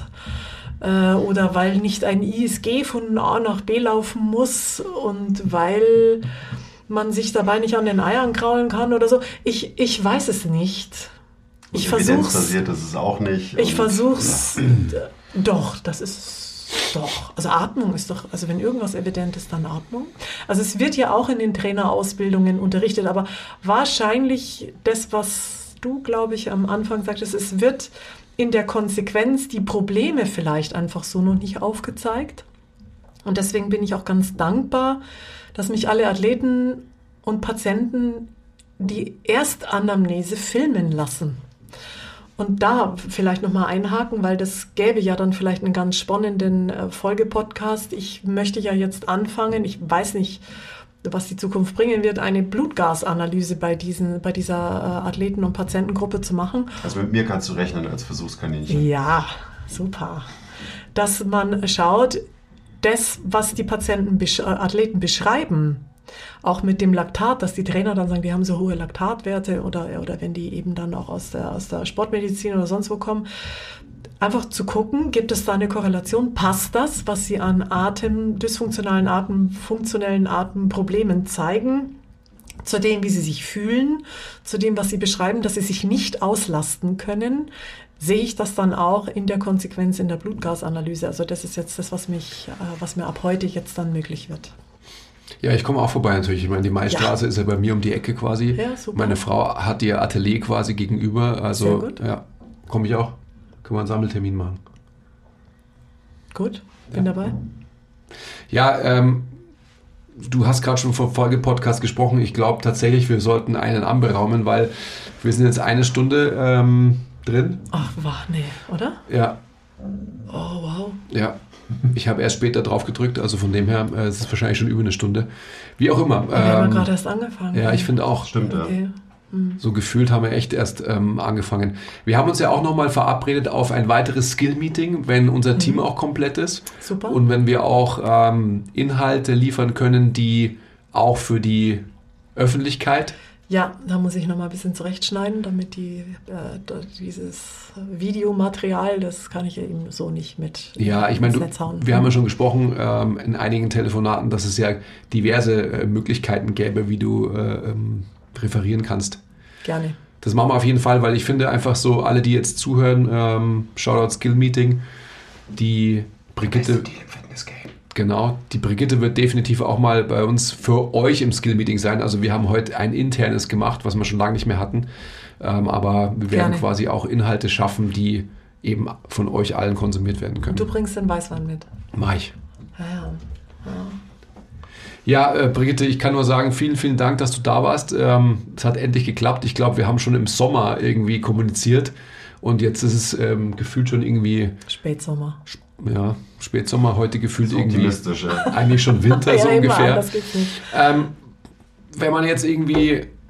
Oder weil nicht ein ISG von A nach B laufen muss und weil man sich dabei nicht an den Eiern kraulen kann oder so. Ich weiß es nicht. Ich versuch's. Evidenzbasiert ist es auch nicht. Ich versuch's. Ja. Doch, das ist doch. Also Atmung ist doch, also wenn irgendwas evident ist, dann Atmung. Also es wird ja auch in den Trainerausbildungen unterrichtet, aber wahrscheinlich das, was du, glaube ich, am Anfang sagtest, es wird in der Konsequenz die Probleme vielleicht einfach so noch nicht aufgezeigt. Und deswegen bin ich auch ganz dankbar, dass mich alle Athleten und Patienten die Erstanamnese filmen lassen. Und da vielleicht nochmal einhaken, weil das gäbe ja dann vielleicht einen ganz spannenden Folgepodcast. Ich möchte ja jetzt anfangen, ich weiß nicht, was die Zukunft bringen wird, eine Blutgasanalyse bei dieser Athleten- und Patientengruppe zu machen. Also mit mir kannst du rechnen als Versuchskaninchen. Ja, super. Dass man schaut, das, was die Athleten beschreiben, auch mit dem Laktat, dass die Trainer dann sagen, die haben so hohe Laktatwerte oder wenn die eben dann auch aus der Sportmedizin oder sonst wo kommen, einfach zu gucken, gibt es da eine Korrelation? Passt das, was sie an dysfunktionalen funktionellen Atemproblemen zeigen, zu dem, wie sie sich fühlen, zu dem, was sie beschreiben, dass sie sich nicht auslasten können? Sehe ich das dann auch in der Konsequenz in der Blutgasanalyse? Also das ist jetzt das, was mir ab heute jetzt dann möglich wird. Ja, ich komme auch vorbei natürlich. Ich meine, die Maistraße ist ja bei mir um die Ecke quasi. Ja, super. Meine Frau hat ihr Atelier quasi gegenüber. Also, sehr gut. Ja, komme ich auch. Können wir einen Sammeltermin machen. Gut, bin dabei. Ja, du hast gerade schon vom Folge-Podcast gesprochen. Ich glaube tatsächlich, wir sollten einen anberaumen, weil wir sind jetzt 1 Stunde drin. Ach, nee, oder? Ja. Oh, wow. Ja. Ich habe erst später drauf gedrückt, also von dem her es ist wahrscheinlich schon über 1 Stunde. Wie auch immer. Wir haben gerade erst angefangen. Ja, ich finde auch. Stimmt, okay. Ja. So gefühlt haben wir echt erst angefangen. Wir haben uns ja auch nochmal verabredet auf ein weiteres Skill-Meeting, wenn unser Team auch komplett ist. Super. Und wenn wir auch Inhalte liefern können, die auch für die Öffentlichkeit... Ja, da muss ich nochmal ein bisschen zurechtschneiden, damit dieses Videomaterial, das kann ich ja eben so nicht mit Ja, ich meine, Netz hauen. Wir haben ja schon gesprochen in einigen Telefonaten, dass es ja diverse Möglichkeiten gäbe, wie du referieren kannst. Gerne. Das machen wir auf jeden Fall, weil ich finde einfach so, alle, die jetzt zuhören, Shoutout Skill Meeting, die Brigitte... Genau, die Brigitte wird definitiv auch mal bei uns für euch im Skill-Meeting sein. Also wir haben heute ein internes gemacht, was wir schon lange nicht mehr hatten. Aber wir werden quasi auch Inhalte schaffen, die eben von euch allen konsumiert werden können. Und du bringst den Weißwein mit? Mach ich. Ja. Brigitte, ich kann nur sagen, vielen, vielen Dank, dass du da warst. Es hat endlich geklappt. Ich glaube, wir haben schon im Sommer irgendwie kommuniziert. Und jetzt ist es gefühlt schon irgendwie... Spätsommer. Ja, Spätsommer, heute gefühlt so irgendwie ja. Eigentlich schon Winter so ungefähr. Das geht's nicht. Wenn man jetzt irgendwie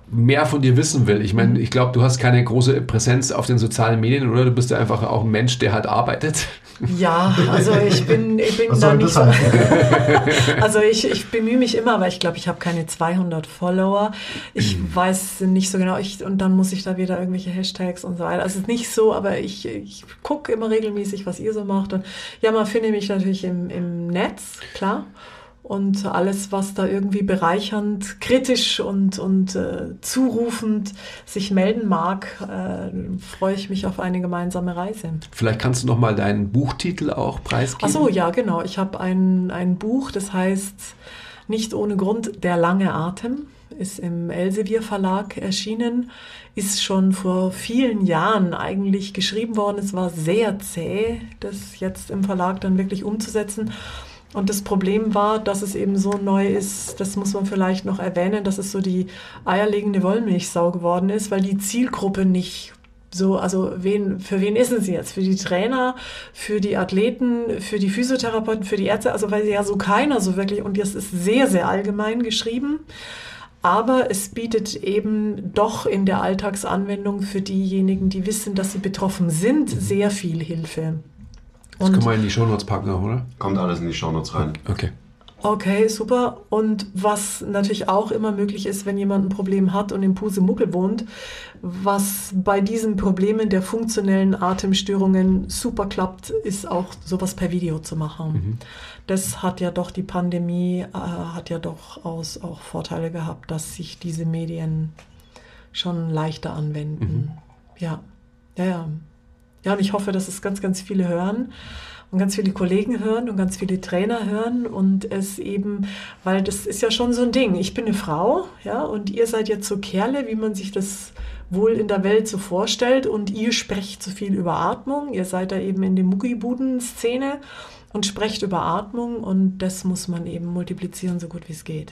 mehr von dir wissen will. Ich meine, ich glaube, du hast keine große Präsenz auf den sozialen Medien, oder? Du bist ja einfach auch ein Mensch, der halt arbeitet. Ja, also ich bin da nicht so. Also ich bemühe mich immer, weil ich glaube, ich habe keine 200 Follower. Ich weiß nicht so genau, und dann muss ich da wieder irgendwelche Hashtags und so weiter. Also es ist nicht so, aber ich gucke immer regelmäßig, was ihr so macht. Und ja, man findet mich natürlich im Netz, klar. Und alles, was da irgendwie bereichernd, kritisch und zurufend sich melden mag, freue ich mich auf eine gemeinsame Reise. Vielleicht kannst du noch mal deinen Buchtitel auch preisgeben. Ach so, ja, genau. Ich habe ein Buch, das heißt Nicht ohne Grund, der lange Atem, ist im Elsevier Verlag erschienen, ist schon vor vielen Jahren eigentlich geschrieben worden. Es war sehr zäh, das jetzt im Verlag dann wirklich umzusetzen. Und das Problem war, dass es eben so neu ist, das muss man vielleicht noch erwähnen, dass es so die eierlegende Wollmilchsau geworden ist, weil die Zielgruppe nicht so, also für wen ist es jetzt? Für die Trainer, für die Athleten, für die Physiotherapeuten, für die Ärzte, also weil ja so keiner so wirklich, und das ist sehr, sehr allgemein geschrieben, aber es bietet eben doch in der Alltagsanwendung für diejenigen, die wissen, dass sie betroffen sind, sehr viel Hilfe. Das können wir in die Shownotes packen, oder? Kommt alles in die Shownotes rein. Okay. Okay, super. Und was natürlich auch immer möglich ist, wenn jemand ein Problem hat und im Pusemuckel wohnt, was bei diesen Problemen der funktionellen Atemstörungen super klappt, ist auch sowas per Video zu machen. Das hat ja doch, die Pandemie hat ja doch auch Vorteile gehabt, dass sich diese Medien schon leichter anwenden. Ja. Ja, und ich hoffe, dass es ganz, ganz viele hören und ganz viele Kollegen hören und ganz viele Trainer hören und es eben, weil das ist ja schon so ein Ding. Ich bin eine Frau, ja, und ihr seid jetzt so Kerle, wie man sich das wohl in der Welt so vorstellt, und ihr sprecht so viel über Atmung. Ihr seid da eben in der Muckibuden-Szene und sprecht über Atmung, und das muss man eben multiplizieren, so gut wie es geht.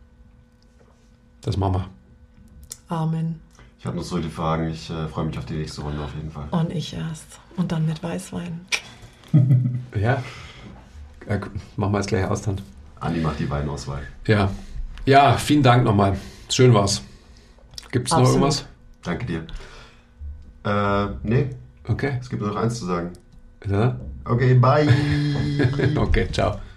Das machen wir. Amen. Ich habe noch so die Fragen. Ich freue mich auf die nächste Runde auf jeden Fall. Und ich erst. Und dann mit Weißwein. Ja. Machen wir jetzt gleich aus dann. Andi macht die Weinauswahl. Ja. Ja, vielen Dank nochmal. Schön war's. Gibt es noch irgendwas? Danke dir. Nee. Okay. Es gibt nur noch eins zu sagen. Ja. Okay, bye. Okay, ciao.